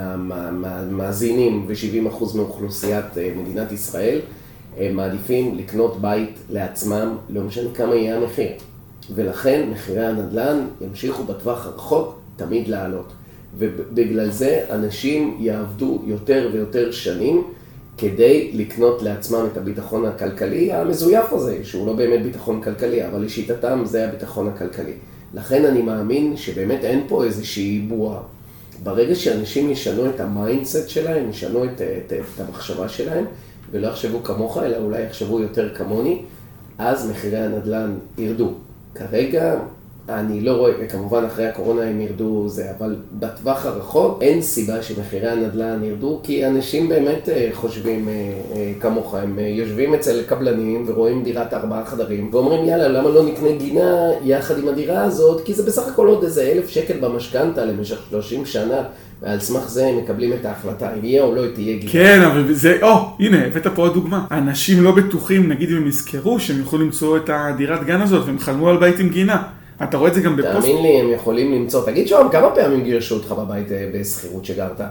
מהמאזינים ו70% מאוכלוסיית מדינת ישראל מעדיפים לקנות בית לעצמם, לא משנה כמה יהיה המחיר. ולכן מחירי הנדל"ן ימשיכו בטווח הרחוק תמיד לעלות. ובגלל זה אנשים יעבדו יותר ויותר שנים כדי לקנות לעצמם את הביטחון הכלכלי המזויף הזה, שהוא לא באמת ביטחון כלכלי, אבל לשיטתם זה הביטחון הכלכלי. לכן אני מאמין שבאמת אין פה איזושהי בועה. ברגע שאנשים ישנו את המיינדסט שלהם, ישנו את המחשבה שלהם, ולא יחשבו כמוך, אלא אולי יחשבו יותר כמוני, אז מחירי הנדל"ן ירדו. כרגע אני לא רואה, וכמובן אחרי הקורונה הם ירדו זה, אבל בטווח הרחוק אין סיבה שמחירי הנדל"ן ירדו, כי אנשים באמת חושבים כמוך, הם יושבים אצל קבלנים ורואים דירת 4 חדרים, ואומרים יאללה, למה לא נקנה גינה יחד עם הדירה הזאת, כי זה בסך הכל עוד איזה 1,000 שקל במשכנתה למשך 30 שנה, ועל סמך זה הם מקבלים את ההחלטה, אם יהיה או לא תהיה גינה. כן, אבל זה, הנה, הבאת פה עוד דוגמה. אנשים לא בטוחים, נגיד אם יזכרו, שהם יכולים למצוא את הדירת גן הזאת, והם חלמו על בית עם גינה. אתה רואה את זה גם בפוסט? תאמין לי, הם יכולים למצוא. תגיד שום, כמה פעמים גירשו אותך בבית בסחירות שגרת?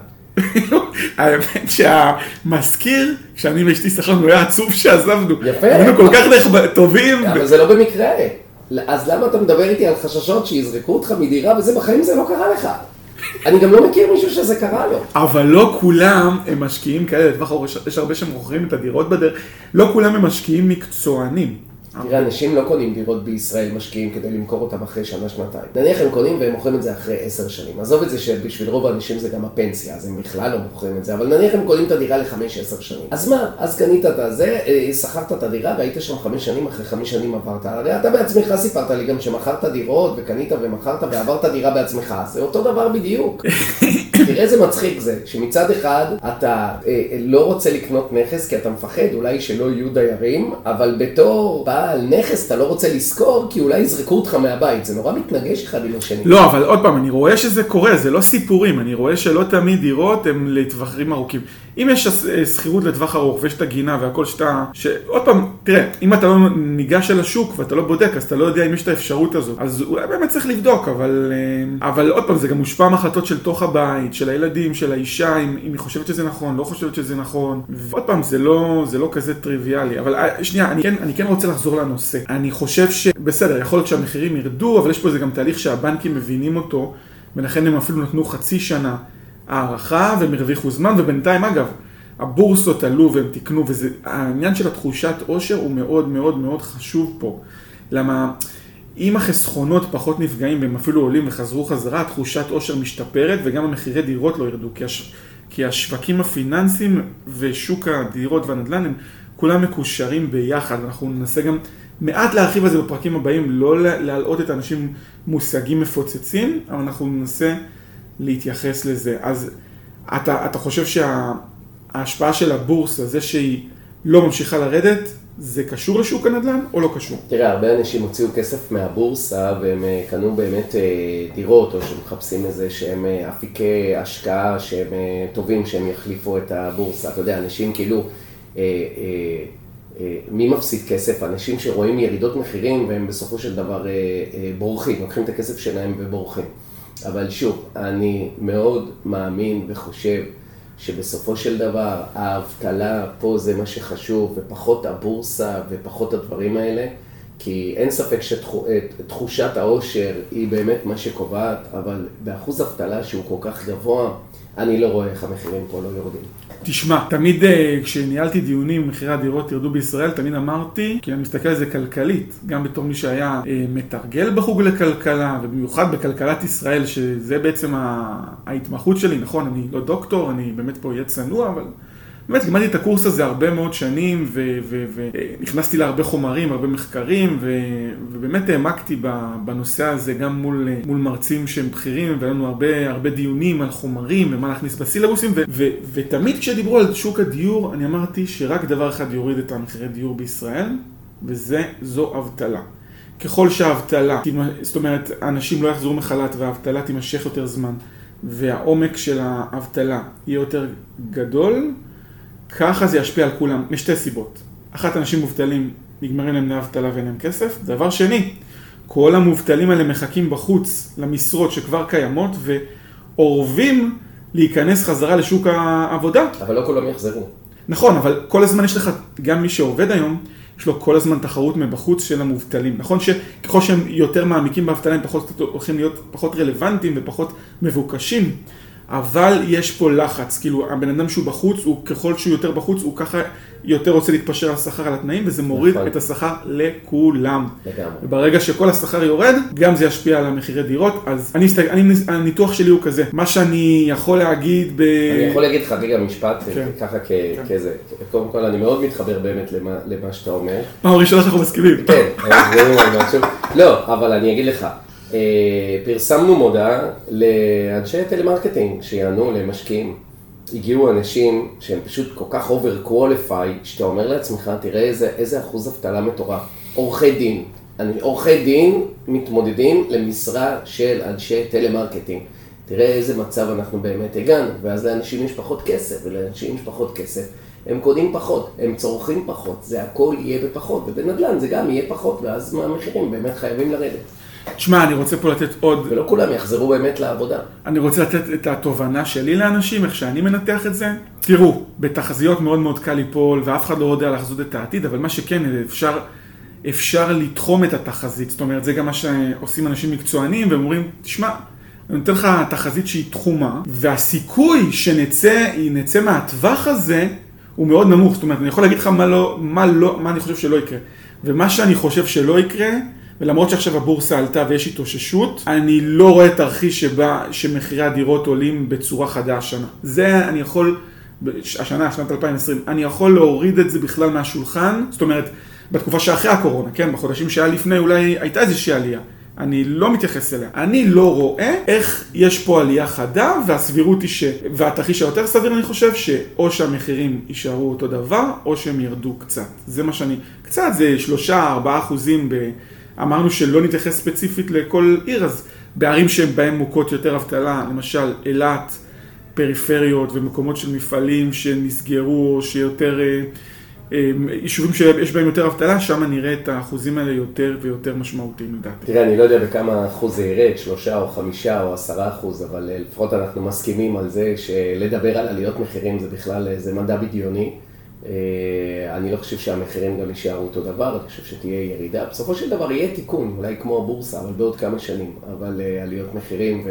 האמת שהמזכיר, כשאני ואשתי שכרנו, היה עצוב שעזבנו. יפה. היינו כל כך טובים. אבל זה לא במקרה. אז למה אתה מדבר איתי על חששות שיזרקו אותך מדירה, וזה בחיים זה לא קרה לך? אני גם לא מכיר מישהו שזה קרה לו. אבל לא כולם הם משקיעים כאלה, יש הרבה שמוכרים את הדירות בדרך, לא כולם הם משקיעים מקצוענים. תראה, אנשים לא קונים דירות בישראל משקיעים כדי למכור אותם אחרי שנה, שנתיים. נניח הם קונים והם מוכרים את זה אחרי 10 שנים. עזוב את זה שבשביל רוב האנשים זה גם הפנסיה, אז הם בכלל לא מוכרים את זה, אבל נניח הם קונים את הדירה ל5-10 שנים. אז מה? אז קנית את זה, שכרת את הדירה והיית שם 5 שנים, אחרי 5 שנים עברת. הרי אתה בעצמך סיפרת לי גם שמכרת דירות וקנית ומכרת ועברת דירה בעצמך. זה אותו דבר בדיוק. תראה איזה מצחיק זה, שמצד אחד אתה לא רוצה לקנות נכס כי אתה מפחד אולי שלא יהיו דיירים, אבל בתור על נכס, אתה לא רוצה לזכור, כי אולי יזרקו אותך מהבית. זה נורא מתנגש אחד עם השני. לא, אבל עוד פעם, אני רואה שזה קורה, זה לא סיפורים. אני רואה שלא תמיד דירות הם לטווחים ארוכים. אם יש שכירות לטווח ארוך ויש את הגינה והכל עוד פעם, תראה, אם אתה לא ניגש אל השוק ואתה לא בודק, אז אתה לא יודע אם יש את האפשרות הזאת. אז אולי באמת צריך לבדוק, אבל עוד פעם, זה גם מושפע מהחלטות של תוך הבית, של הילדים, של האישה, אם היא חושבת שזה נכון, לא חושבת שזה נכון. ועוד פעם, זה לא כזה טריוויאלי. אבל שנייה, אני כן רוצה לחזור לנושא. אני חושב בסדר, יכול להיות שהמחירים ירדו, אבל יש פה זה גם תהליך שהבנקים מבינים אותו, ולכן הם אפילו נתנו חצי שנה הערכה, והם הרוויחו זמן, ובינתיים, אגב, הבורסות עלו והם תקנו, העניין של התחושת עושר הוא מאוד מאוד מאוד חשוב פה. למה, אם החסכונות פחות נפגעים, והם אפילו עולים וחזרו חזרה, תחושת עושר משתפרת, וגם המחירי דירות לא ירדו, כי השווקים הפיננסיים ושוק הדירות והנדל"ן, הם כולם מקושרים ביחד. אנחנו ננסה גם מעט להרחיב על זה בפרקים הבאים, לא להעלות את האנשים מושגים מפוצצים, אבל אנחנו ננסה להתייחס לזה. אז אתה חושב שההשפעה של הבורסה, זה שהיא לא ממשיכה לרדת, זה קשור לשוק הנדל"ן או לא קשור? תראה, הרבה אנשים הוציאו כסף מהבורסה והם קנו באמת דירות, או שמחפשים איזה שהם אפיקי השקעה שהם טובים, שהם יחליפו את הבורסה. אתה יודע, אנשים כאילו, מי מפסיד כסף? אנשים שרואים ירידות מחירים והם בסופו של דבר בורחים, לוקחים את הכסף שלהם ובורחים. אבל שוב, אני מאוד מאמין וחושב שבסופו של דבר האבטלה פה זה מה שחשוב, ופחות הבורסה ופחות הדברים האלה, כי אין ספק שתחושת העושר היא באמת מה שקובעת, אבל באחוז אבטלה שהוא כל כך גבוה, אני לא רואה איך המחירים פה לא יורדים. תשמע, תמיד כשניהלתי דיונים, מחירי הדירות ירדו בישראל, תמיד אמרתי, כי אני מסתכל על זה כלכלית, גם בתור מי שהיה מתרגל בחוג לכלכלה, ובמיוחד בכלכלת ישראל, שזה בעצם ההתמחות שלי, נכון, אני לא דוקטור, אני באמת פה יהיה צנוע, אבל באמת לימדתי את הקורס הזה הרבה מאוד שנים, ונכנסתי להרבה חומרים, הרבה מחקרים, ובאמת העמקתי בנושא הזה גם מול מרצים שהם בכירים, ולנו הרבה דיונים על חומרים ומה להכניס בסילבוסים, ותמיד כשדיברו על שוק הדיור, אני אמרתי שרק דבר אחד יוריד את המחירי דיור בישראל, זו אבטלה. ככל שהאבטלה, זאת אומרת, אנשים לא יחזרו מחל"ת והאבטלה תימשך יותר זמן, והעומק של האבטלה יהיה יותר גדול, ככה זה ישפיע על כולם, משתי סיבות. אחת, אנשים מובטלים, נגמרים להם לאבטלה ואין להם כסף. דבר שני, כל המובטלים האלה מחכים בחוץ למשרות שכבר קיימות, ואורבים להיכנס חזרה לשוק העבודה. אבל לא כולם יחזרו. נכון, אבל כל הזמן יש לך, גם מי שעובד היום, יש לו כל הזמן תחרות מבחוץ של המובטלים. נכון שככל שהם יותר מעמיקים באבטלה, הם הולכים להיות פחות רלוונטיים ופחות מבוקשים. אבל יש פה לחץ, כאילו הבן אדם שהוא בחוץ, ככל שהוא יותר בחוץ, הוא ככה יותר רוצה להתפשר על השכר על התנאים, וזה מוריד את השכר לכולם. וברגע שכל השכר יורד, גם זה ישפיע על המחירי דירות, אז הניתוח שלי הוא כזה, מה שאני יכול להגיד אני יכול להגיד לך רגע משפט, ככה כזה, קודם כל אני מאוד מתחבר באמת למה שאתה אומר. פעם ראשונה שאנחנו מסכימים. כן, לא, אבל אני אגיד לך, פרסמנו מודעה לאנשי טלמרקטינג שיענו למשקיעים. הגיעו אנשים שהם פשוט כל כך over-qualified, שאתה אומר לעצמך, תראה איזה אחוז אבטלה מטורף. עורכי דין. עורכי דין מתמודדים למשרה של אנשי טלמרקטינג. תראה איזה מצב אנחנו באמת הגענו, ואז לאנשים יש פחות כסף, ולאנשים יש פחות כסף. הם קונים פחות, הם צורכים פחות, זה הכל יהיה בפחות, ובנדל"ן זה גם יהיה פחות, ואז המחירים באמת חייבים לרדת. תשמע, אני רוצה פה לתת עוד... ולא כולם יחזרו באמת לעבודה. אני רוצה לתת את התובנה שלי לאנשים, איך שאני מנתח את זה. תראו, בתחזיות מאוד מאוד קל ליפול, ואף אחד לא יודע לחזות את העתיד, אבל מה שכן, אפשר לתחום את התחזית. זאת אומרת, זה גם מה שעושים אנשים מקצוענים, והם אומרים, תשמע, אני נותן לך תחזית שהיא תחומה, והסיכוי שנצא מהטווח הזה, הוא מאוד נמוך. זאת אומרת, אני יכול להגיד לך מה אני חושב שלא יקרה. ומה שאני חושב שלא יקרה, ולמרות שעכשיו הבורסה עלתה ויש התאוששות, אני לא רואה תרחיש שמחירי הדירות עולים בצורה חדה השנה. זה אני יכול, שנת 2020, אני יכול להוריד את זה בכלל מהשולחן, זאת אומרת, בתקופה שאחרי הקורונה, כן, בחודשים שהיה לפני אולי הייתה איזושהי עלייה. אני לא מתייחס אליה. אני לא רואה איך יש פה עלייה חדה, והסבירות היא והתרחיש היותר סביר אני חושב, שאו שהמחירים יישארו אותו דבר, או שהם ירדו קצת. זה מה שאני, קצת זה 3-4%, אמרנו שלא נתייחס ספציפית לכל עיר, אז בערים שבהם מוכות יותר אבטלה, למשל אילת, פריפריות ומקומות של מפעלים שנסגרו, או שיותר יישובים שיש בהם יותר אבטלה, שם נראה את האחוזים האלה יותר ויותר משמעותיים לדעתי. תראה, אני לא יודע בכמה אחוז זה ירד, 3 או 5 או 10%, אבל לפחות אנחנו מסכימים על זה שלדבר על עליות מחירים זה בכלל, זה מדע בדיוני. אני לא חושב שהמחירים גם יישארו אותו דבר, אני חושב שתהיה ירידה. בסופו של דבר יהיה תיקון, אולי כמו הבורסה, אבל בעוד כמה שנים. אבל עליות מחירים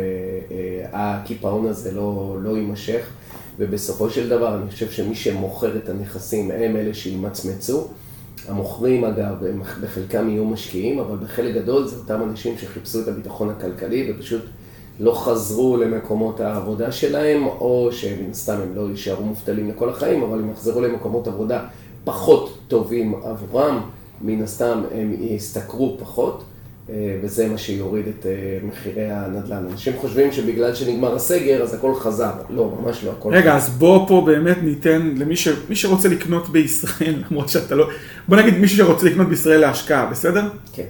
והקיפאון הזה לא יימשך. ובסופו של דבר אני חושב שמי שמוכר את הנכסים הם אלה שימצמצו. המוכרים אגב, בחלקם יהיו משקיעים, אבל בחלק גדול זה אותם אנשים שחיפשו את הביטחון הכלכלי ופשוט לא חזרו למקומות העבודה שלהם, או שמן הסתם הם לא יישארו מובטלים לכל החיים, אבל הם יחזרו למקומות עבודה פחות טובים עבורם, מן הסתם הם יסתכרו פחות, וזה מה שיוריד את מחירי הנדל"ן. אנשים חושבים שבגלל שנגמר הסגר, אז הכל חזר. לא, ממש לא, הכל רגע, אז בוא פה באמת ניתן למי שרוצה לקנות בישראל, למרות שאתה לא... בוא נגיד מי שרוצה לקנות בישראל להשקעה, בסדר? כן.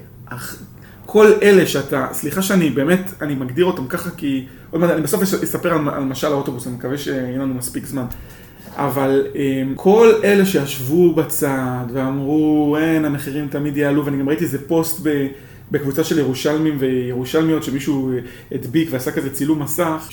כל אלה שאתה, סליחה שאני באמת, אני מגדיר אותם ככה כי, עוד מעט, אני בסוף אספר על משל האוטובוס, אני מקווה שיהיה לנו מספיק זמן. אבל כל אלה שישבו בצד ואמרו, אין, המחירים תמיד יעלו, ואני גם ראיתי איזה פוסט בקבוצה של ירושלמים וירושלמיות, שמישהו הדביק ועשה כזה צילום מסך,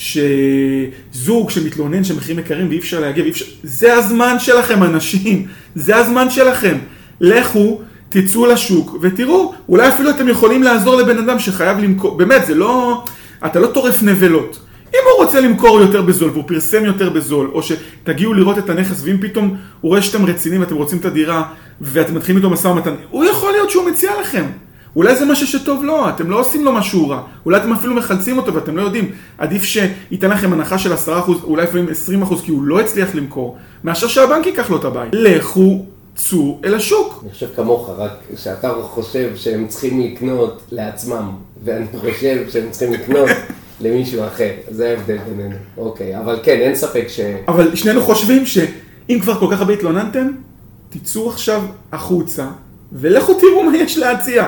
שזוג שמתלונן שמחירים יקרים ואי אפשר להגיע, זה הזמן שלכם אנשים, זה הזמן שלכם. לכו, תצאו לשוק ותראו, אולי אפילו אתם יכולים לעזור לבן אדם שחייב למכור, באמת, זה לא, אתה לא טורף נבלות. אם הוא רוצה למכור יותר בזול והוא פרסם יותר בזול, או שתגיעו לראות את הנכס, ואם פתאום הוא רואה שאתם רצינים ואתם רוצים את הדירה, ואתם מתחילים איתו משא ומתן, הוא יכול להיות שהוא מציע לכם. אולי זה משהו שטוב לו, אתם לא עושים לו משהו רע. אולי אתם אפילו מחלצים אותו ואתם לא יודעים. עדיף שייתן לכם הנחה של 10%, אולי לפעמים 20%, כי הוא לא הצליח למכור, מאשר שהבנק ייקח לו את הבית. לכו, צאו אל השוק. אני חושב כמוך, רק שאתה חושב שהם צריכים לקנות לעצמם, ואני חושב שהם צריכים לקנות למישהו אחר. זה ההבדל בינינו. אוקיי, אבל כן, אין ספק אבל שנינו חושבים שאם כבר כל כך הרבה התלוננתם, תצאו עכשיו החוצה, ולכו תראו מה יש להציע.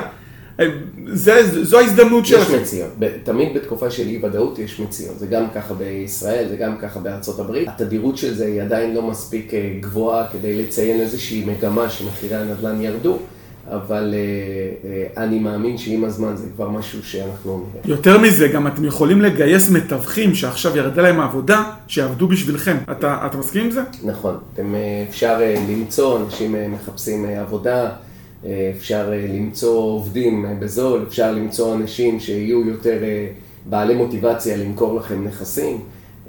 זו ההזדמנות שלכם. יש מציאות. תמיד בתקופה של אי ודאות יש מציאות. זה גם ככה בישראל, זה גם ככה בארצות הברית. התדירות של זה היא עדיין לא מספיק גבוהה כדי לציין איזושהי מגמה שמחירי הנדל"ן ירדו, אבל אני מאמין שעם הזמן זה כבר משהו שאנחנו נראה. יותר מזה, גם אתם יכולים לגייס מתווכים שעכשיו ירדה להם העבודה, שיעבדו בשבילכם. אתה מסכים עם זה? נכון. אפשר למצוא, אנשים מחפשים עבודה, אפשר למצוא עובדים בזול, אפשר למצוא אנשים שיהיו יותר בעלי מוטיבציה למכור לכם נכסים.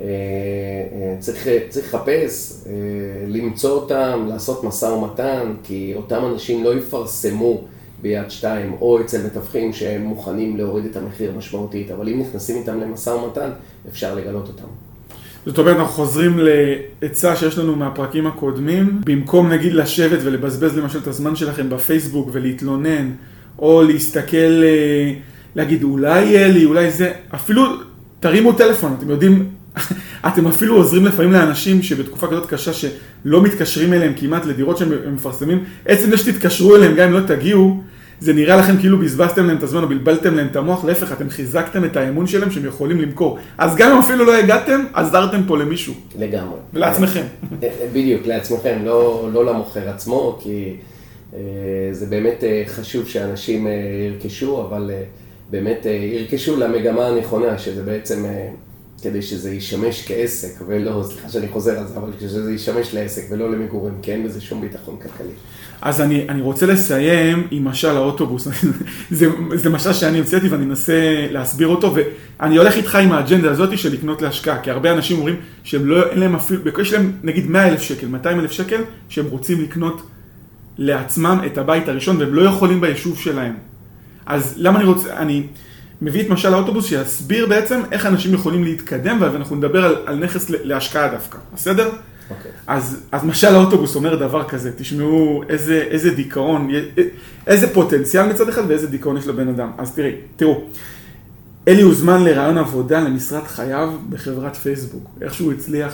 צריך לחפש, למצוא אותם, לעשות משא ומתן, כי אותם אנשים לא יפרסמו ביד 2 או אצל מתווכים שהם מוכנים להוריד את המחיר משמעותית, אבל אם נכנסים איתם למשא ומתן, אפשר לגלות אותם. זאת אומרת, אנחנו חוזרים לעצה שיש לנו מהפרקים הקודמים, במקום נגיד לשבת ולבזבז למשל את הזמן שלכם בפייסבוק ולהתלונן, או להסתכל, להגיד אולי יהיה לי, אולי זה, אפילו תרימו טלפון, אתם יודעים, אתם אפילו עוזרים לפעמים לאנשים שבתקופה כזאת קשה שלא מתקשרים אליהם כמעט לדירות שהם מפרסמים, עצם זה שתתקשרו אליהם גם אם לא תגיעו, זה נראה לכם כאילו בזבזתם להם את הזמן או בלבלתם להם את המוח, להפך, אתם חיזקתם את האמון שלהם שהם יכולים למכור. אז גם אם אפילו לא הגעתם, עזרתם פה למישהו. לגמרי. ולעצמכם. בדיוק, לעצמכם, לא למוכר עצמו, כי זה באמת חשוב שאנשים ירכשו, אבל באמת ירכשו למגמה הנכונה, שזה בעצם כדי שזה ישמש כעסק, ולא, סליחה שאני חוזר על זה, אבל כשזה ישמש לעסק ולא למגורים, כי אין בזה שום ביטחון כלכלי. אז אני רוצה לסיים עם משל האוטובוס. זה משל שאני המצאתי ואני אנסה להסביר אותו, ואני הולך איתך עם האג'נדה הזאת של לקנות להשקעה, כי הרבה אנשים אומרים שהם לא, אין להם אפילו, יש להם נגיד 100,000 שקל, 200,000 שקל, שהם רוצים לקנות לעצמם את הבית הראשון, והם לא יכולים ביישוב שלהם. אז למה אני מביא את משל האוטובוס שיסביר בעצם איך אנשים יכולים להתקדם, ואנחנו נדבר על נכס להשקעה דווקא, בסדר? אז משל האוטובוס אומר דבר כזה, תשמעו איזה דיכאון, איזה פוטנציאל מצד אחד ואיזה דיכאון יש לבן אדם. אז תראו, אלי הוזמן לרעיון עבודה למשרת חייו בחברת פייסבוק. איך שהוא הצליח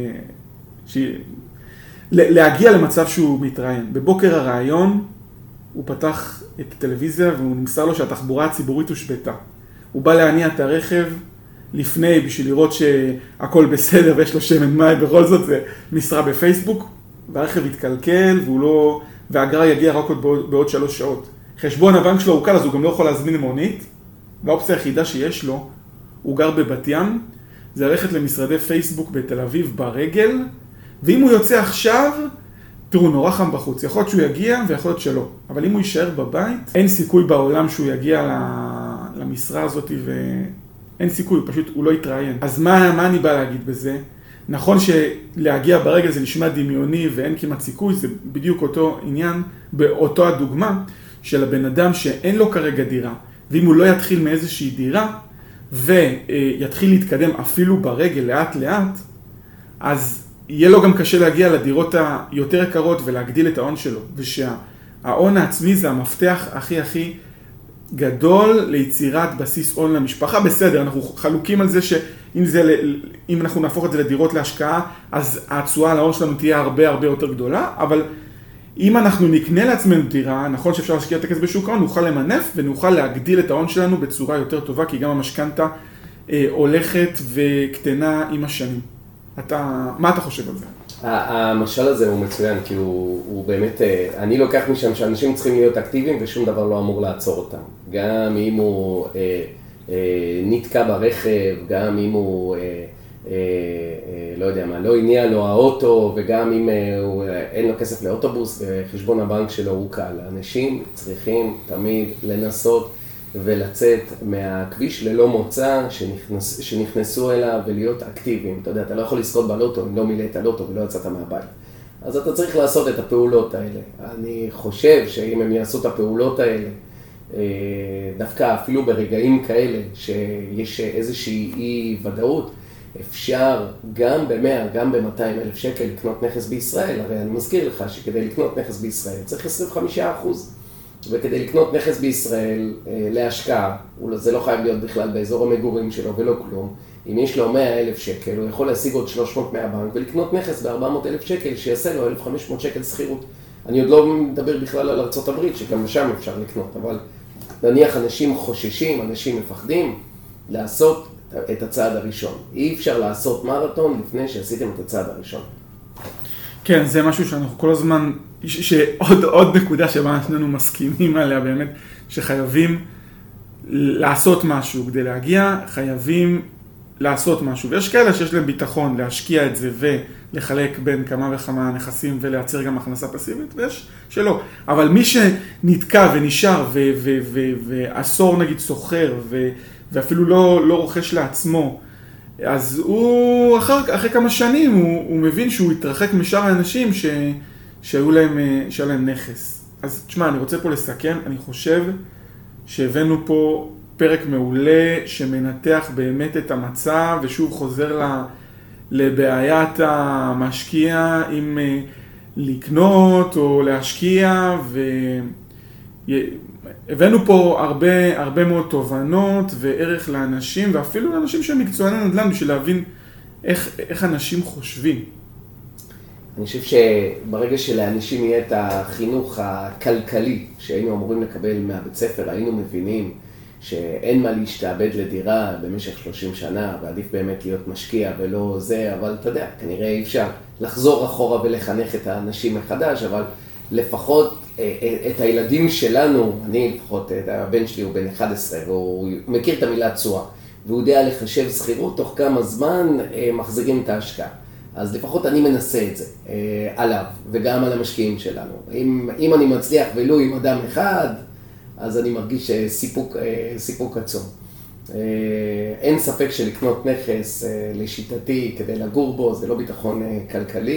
להגיע למצב שהוא מתראיין. בבוקר הרעיון הוא פתח את הטלוויזיה והוא נמסר לו שהתחבורה הציבורית הושבתה. הוא בא להניע את הרכב לפני בשביל לראות שהכל בסדר ויש לו שמן מים, בכל זאת זה משרה בפייסבוק, והרכב התקלקל והאגרה יגיע רק בעוד 3 שעות. חשבון הבנק שלו הוא קל, אז הוא גם לא יכול להזמין מונית, והאופציה היחידה שיש לו, הוא גר בבת ים, זה ללכת למשרדי פייסבוק בתל אביב ברגל, ואם הוא יוצא עכשיו, תראו, נורא חם בחוץ, יכול להיות שהוא יגיע ויכול להיות שלא, אבל אם הוא יישאר בבית, אין סיכוי בעולם שהוא יגיע למשרה הזאת ואין סיכוי, פשוט הוא לא יתראיין. אז מה אני בא להגיד בזה? נכון שלהגיע ברגל זה נשמע דמיוני ואין כמעט סיכוי, זה בדיוק אותו עניין, באותו הדוגמה של הבן אדם שאין לו כרגע דירה, ואם הוא לא יתחיל מאיזושהי דירה ויתחיל להתקדם אפילו ברגל לאט לאט, אז יהיה לו גם קשה להגיע לדירות היותר יקרות ולהגדיל את ההון שלו, ושההון העצמי זה המפתח הכי גדול ליצירת בסיס הון למשפחה. בסדר, אנחנו חלוקים על זה שאם אנחנו נהפוך את זה לדירות להשקעה, אז התשואה על ההון שלנו תהיה הרבה יותר גדולה, אבל אם אנחנו נקנה לעצמנו דירה, נכון שאפשר להשקיע את הכסף בשוק ההון, נוכל למנף ונוכל להגדיל את ההון שלנו בצורה יותר טובה, כי גם המשכנתה הולכת וקטנה עם השנים. מה אתה חושב על זה? המשל הזה הוא מצוין, כי הוא באמת, אני לוקח משם שאנשים צריכים להיות אקטיביים ושום דבר לא אמור לעצור אותם. גם אם הוא נתקע ברכב, גם אם הוא, לא יודע מה, לא הניע לו האוטו, וגם אם אין לו כסף לאוטובוס וחשבון הבנק שלו הוא קל. אנשים צריכים תמיד לנסות ולצאת מהכביש ללא מוצא שנכנסו אליו ולהיות אקטיביים. אתה יודע, אתה לא יכול לזכות בלוטו אם לא מילאת הלוטו ולא יצאת מהבית. אז אתה צריך לעשות את הפעולות האלה. אני חושב שאם הם יעשו את הפעולות האלה, דווקא אפילו ברגעים כאלה שיש איזושהי אי ודאות, אפשר גם ב-100, גם ב-200 אלף שקל לקנות נכס בישראל. הרי אני מזכיר לך שכדי לקנות נכס בישראל צריך 25%. וכדי לקנות נכס בישראל להשקעה, זה לא חייב להיות בכלל באזור המגורים שלו ולא כלום. אם יש לו 100,000 שקל, הוא יכול להשיג עוד 300 מהבנק ולקנות נכס ב-400,000 שקל שיעשה לו 1,500 שקל שכירות. אני עוד לא מדבר בכלל על ארצות הברית, שגם שם אפשר לקנות, אבל נניח אנשים חוששים, אנשים מפחדים לעשות את הצעד הראשון. אי אפשר לעשות מרתון לפני שעשיתם את הצעד הראשון. כן, זה משהו שאנחנו כל הזמן, שעוד נקודה שבה אנחנו מסכימים עליה באמת, שחייבים לעשות משהו כדי להגיע, חייבים לעשות משהו. ויש כאלה שיש להם ביטחון להשקיע את זה ולחלק בין כמה וכמה נכסים ולייצר גם הכנסה פסיבית, ויש שלא. אבל מי שנתקע ונשאר ועשור נגיד סוחר ואפילו לא רוכש לעצמו, אז הוא אחרי כמה שנים הוא מבין שהוא התרחק משאר האנשים שהיו להם נכס. אז תשמע, אני רוצה פה לסכם, אני חושב שהבאנו פה פרק מעולה שמנתח באמת את המצב ושוב חוזר לבעיית המשקיע אם לקנות או להשקיע, הבאנו פה הרבה מאוד תובנות וערך לאנשים, ואפילו לאנשים שהם מקצועני נדל"ן, בשביל להבין איך אנשים חושבים. אני חושב שברגע שלאנשים יהיה את החינוך הכלכלי שהיינו אמורים לקבל מהבית ספר, היינו מבינים שאין מה להשתעבד לדירה במשך 30 שנה, ועדיף באמת להיות משקיע ולא זה, אבל אתה יודע, כנראה אי אפשר לחזור אחורה ולחנך את האנשים מחדש, אבל לפחות את הילדים שלנו, אני לפחות, הבן שלי הוא בן 11, והוא מכיר את המילה תשואה, והוא יודע לחשב שכירות תוך כמה זמן מחזירים את ההשקעה. אז לפחות אני מנסה את זה עליו, וגם על המשקיעים שלנו. אם אני מצליח ולו עם אדם אחד, אז אני מרגיש סיפוק עצום. אין ספק שלקנות נכס לשיטתי כדי לגור בו, זה לא ביטחון כלכלי,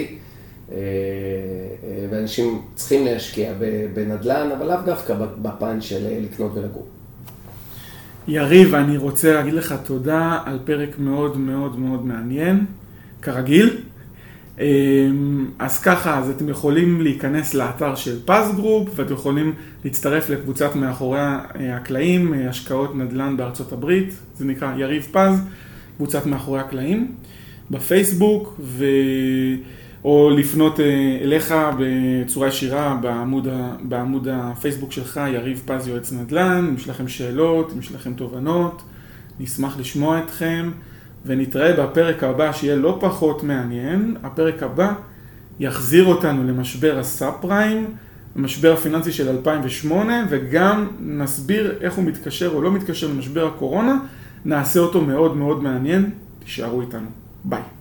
ואנשים צריכים להשקיע בנדל"ן, אבל לאו דווקא בפן של לקנות ולגור. יריב, אני רוצה להגיד לך תודה על פרק מאוד מאוד מאוד מעניין, כרגיל. אז ככה, אז אתם יכולים להיכנס לאתר של פז גרופ, ואתם יכולים להצטרף לקבוצת מאחורי הקלעים, השקעות נדל"ן בארצות הברית, זה נקרא יריב פז, קבוצת מאחורי הקלעים, בפייסבוק, או לפנות אליך בצורה ישירה בעמוד הפייסבוק שלך, יריב פז יועץ נדל"ן, אם יש לכם שאלות, אם יש לכם תובנות, נשמח לשמוע אתכם, ונתראה בפרק הבא שיהיה לא פחות מעניין. הפרק הבא יחזיר אותנו למשבר הסאב פריים, המשבר הפיננסי של 2008, וגם נסביר איך הוא מתקשר או לא מתקשר למשבר הקורונה, נעשה אותו מאוד מאוד מעניין, תישארו איתנו. ביי.